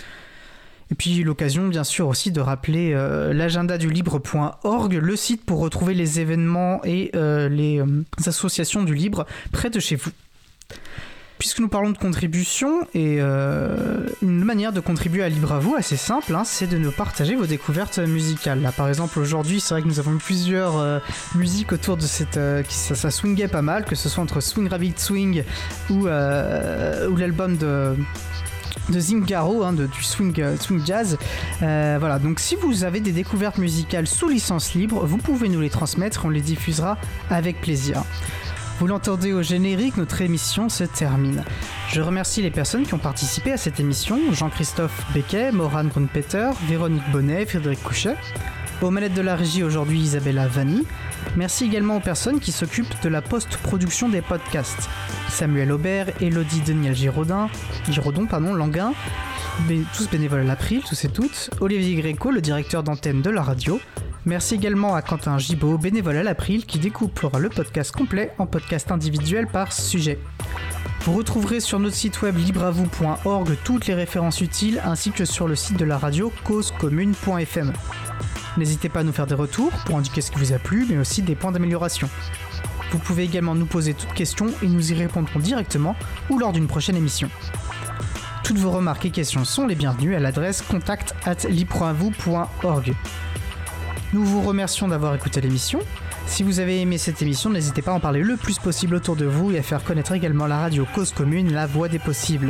Et puis l'occasion bien sûr aussi de rappeler euh, l'agenda du libre point org, le site pour retrouver les événements et euh, les euh, associations du libre près de chez vous. Puisque nous parlons de contribution, et euh, une manière de contribuer à Libre à vous, assez simple, hein, c'est de nous partager vos découvertes musicales. Là, par exemple, aujourd'hui, c'est vrai que nous avons eu plusieurs euh, musiques autour de cette... Euh, qui, ça, ça swingait pas mal, que ce soit entre Swing Rabbit Swing ou, euh, ou l'album de... de Zingaro, hein, de, du swing, euh, swing jazz. Euh, voilà, donc si vous avez des découvertes musicales sous licence libre, vous pouvez nous les transmettre, on les diffusera avec plaisir. Vous l'entendez au générique, notre émission se termine. Je remercie les personnes qui ont participé à cette émission, Jean-Christophe Becquet, Morane Grunpeter, Véronique Bonnet, Frédéric Couchet. Aux manettes de la régie aujourd'hui, Isabella Vanni. Merci également aux personnes qui s'occupent de la post-production des podcasts. Samuel Aubert, Elodie Daniel Giraudin, Giraudon, pardon, Languin, bé- tous bénévoles à l'April, tous et toutes. Olivier Gréco, le directeur d'antenne de la radio. Merci également à Quentin Gibaud, bénévole à l'April, qui découpera le podcast complet en podcast individuel par sujet. Vous retrouverez sur notre site web libreavou point org toutes les références utiles, ainsi que sur le site de la radio cause commune point f m. N'hésitez pas à nous faire des retours pour indiquer ce qui vous a plu, mais aussi des points d'amélioration. Vous pouvez également nous poser toutes questions et nous y répondrons directement ou lors d'une prochaine émission. Toutes vos remarques et questions sont les bienvenues à l'adresse contact arobase libreavou point org. Nous vous remercions d'avoir écouté l'émission. Si vous avez aimé cette émission, n'hésitez pas à en parler le plus possible autour de vous et à faire connaître également la radio Cause Commune, la voix des possibles.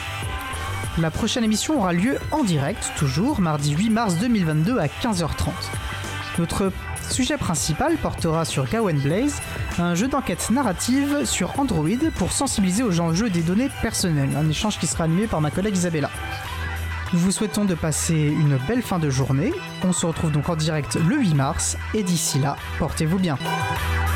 La prochaine émission aura lieu en direct, toujours, mardi huit mars deux mille vingt-deux à quinze heures trente. Notre sujet principal portera sur Gawain Blaze, un jeu d'enquête narrative sur Android pour sensibiliser aux enjeux des données personnelles, un échange qui sera animé par ma collègue Isabella. Nous vous souhaitons de passer une belle fin de journée. On se retrouve donc en direct le huit mars et d'ici là, portez-vous bien.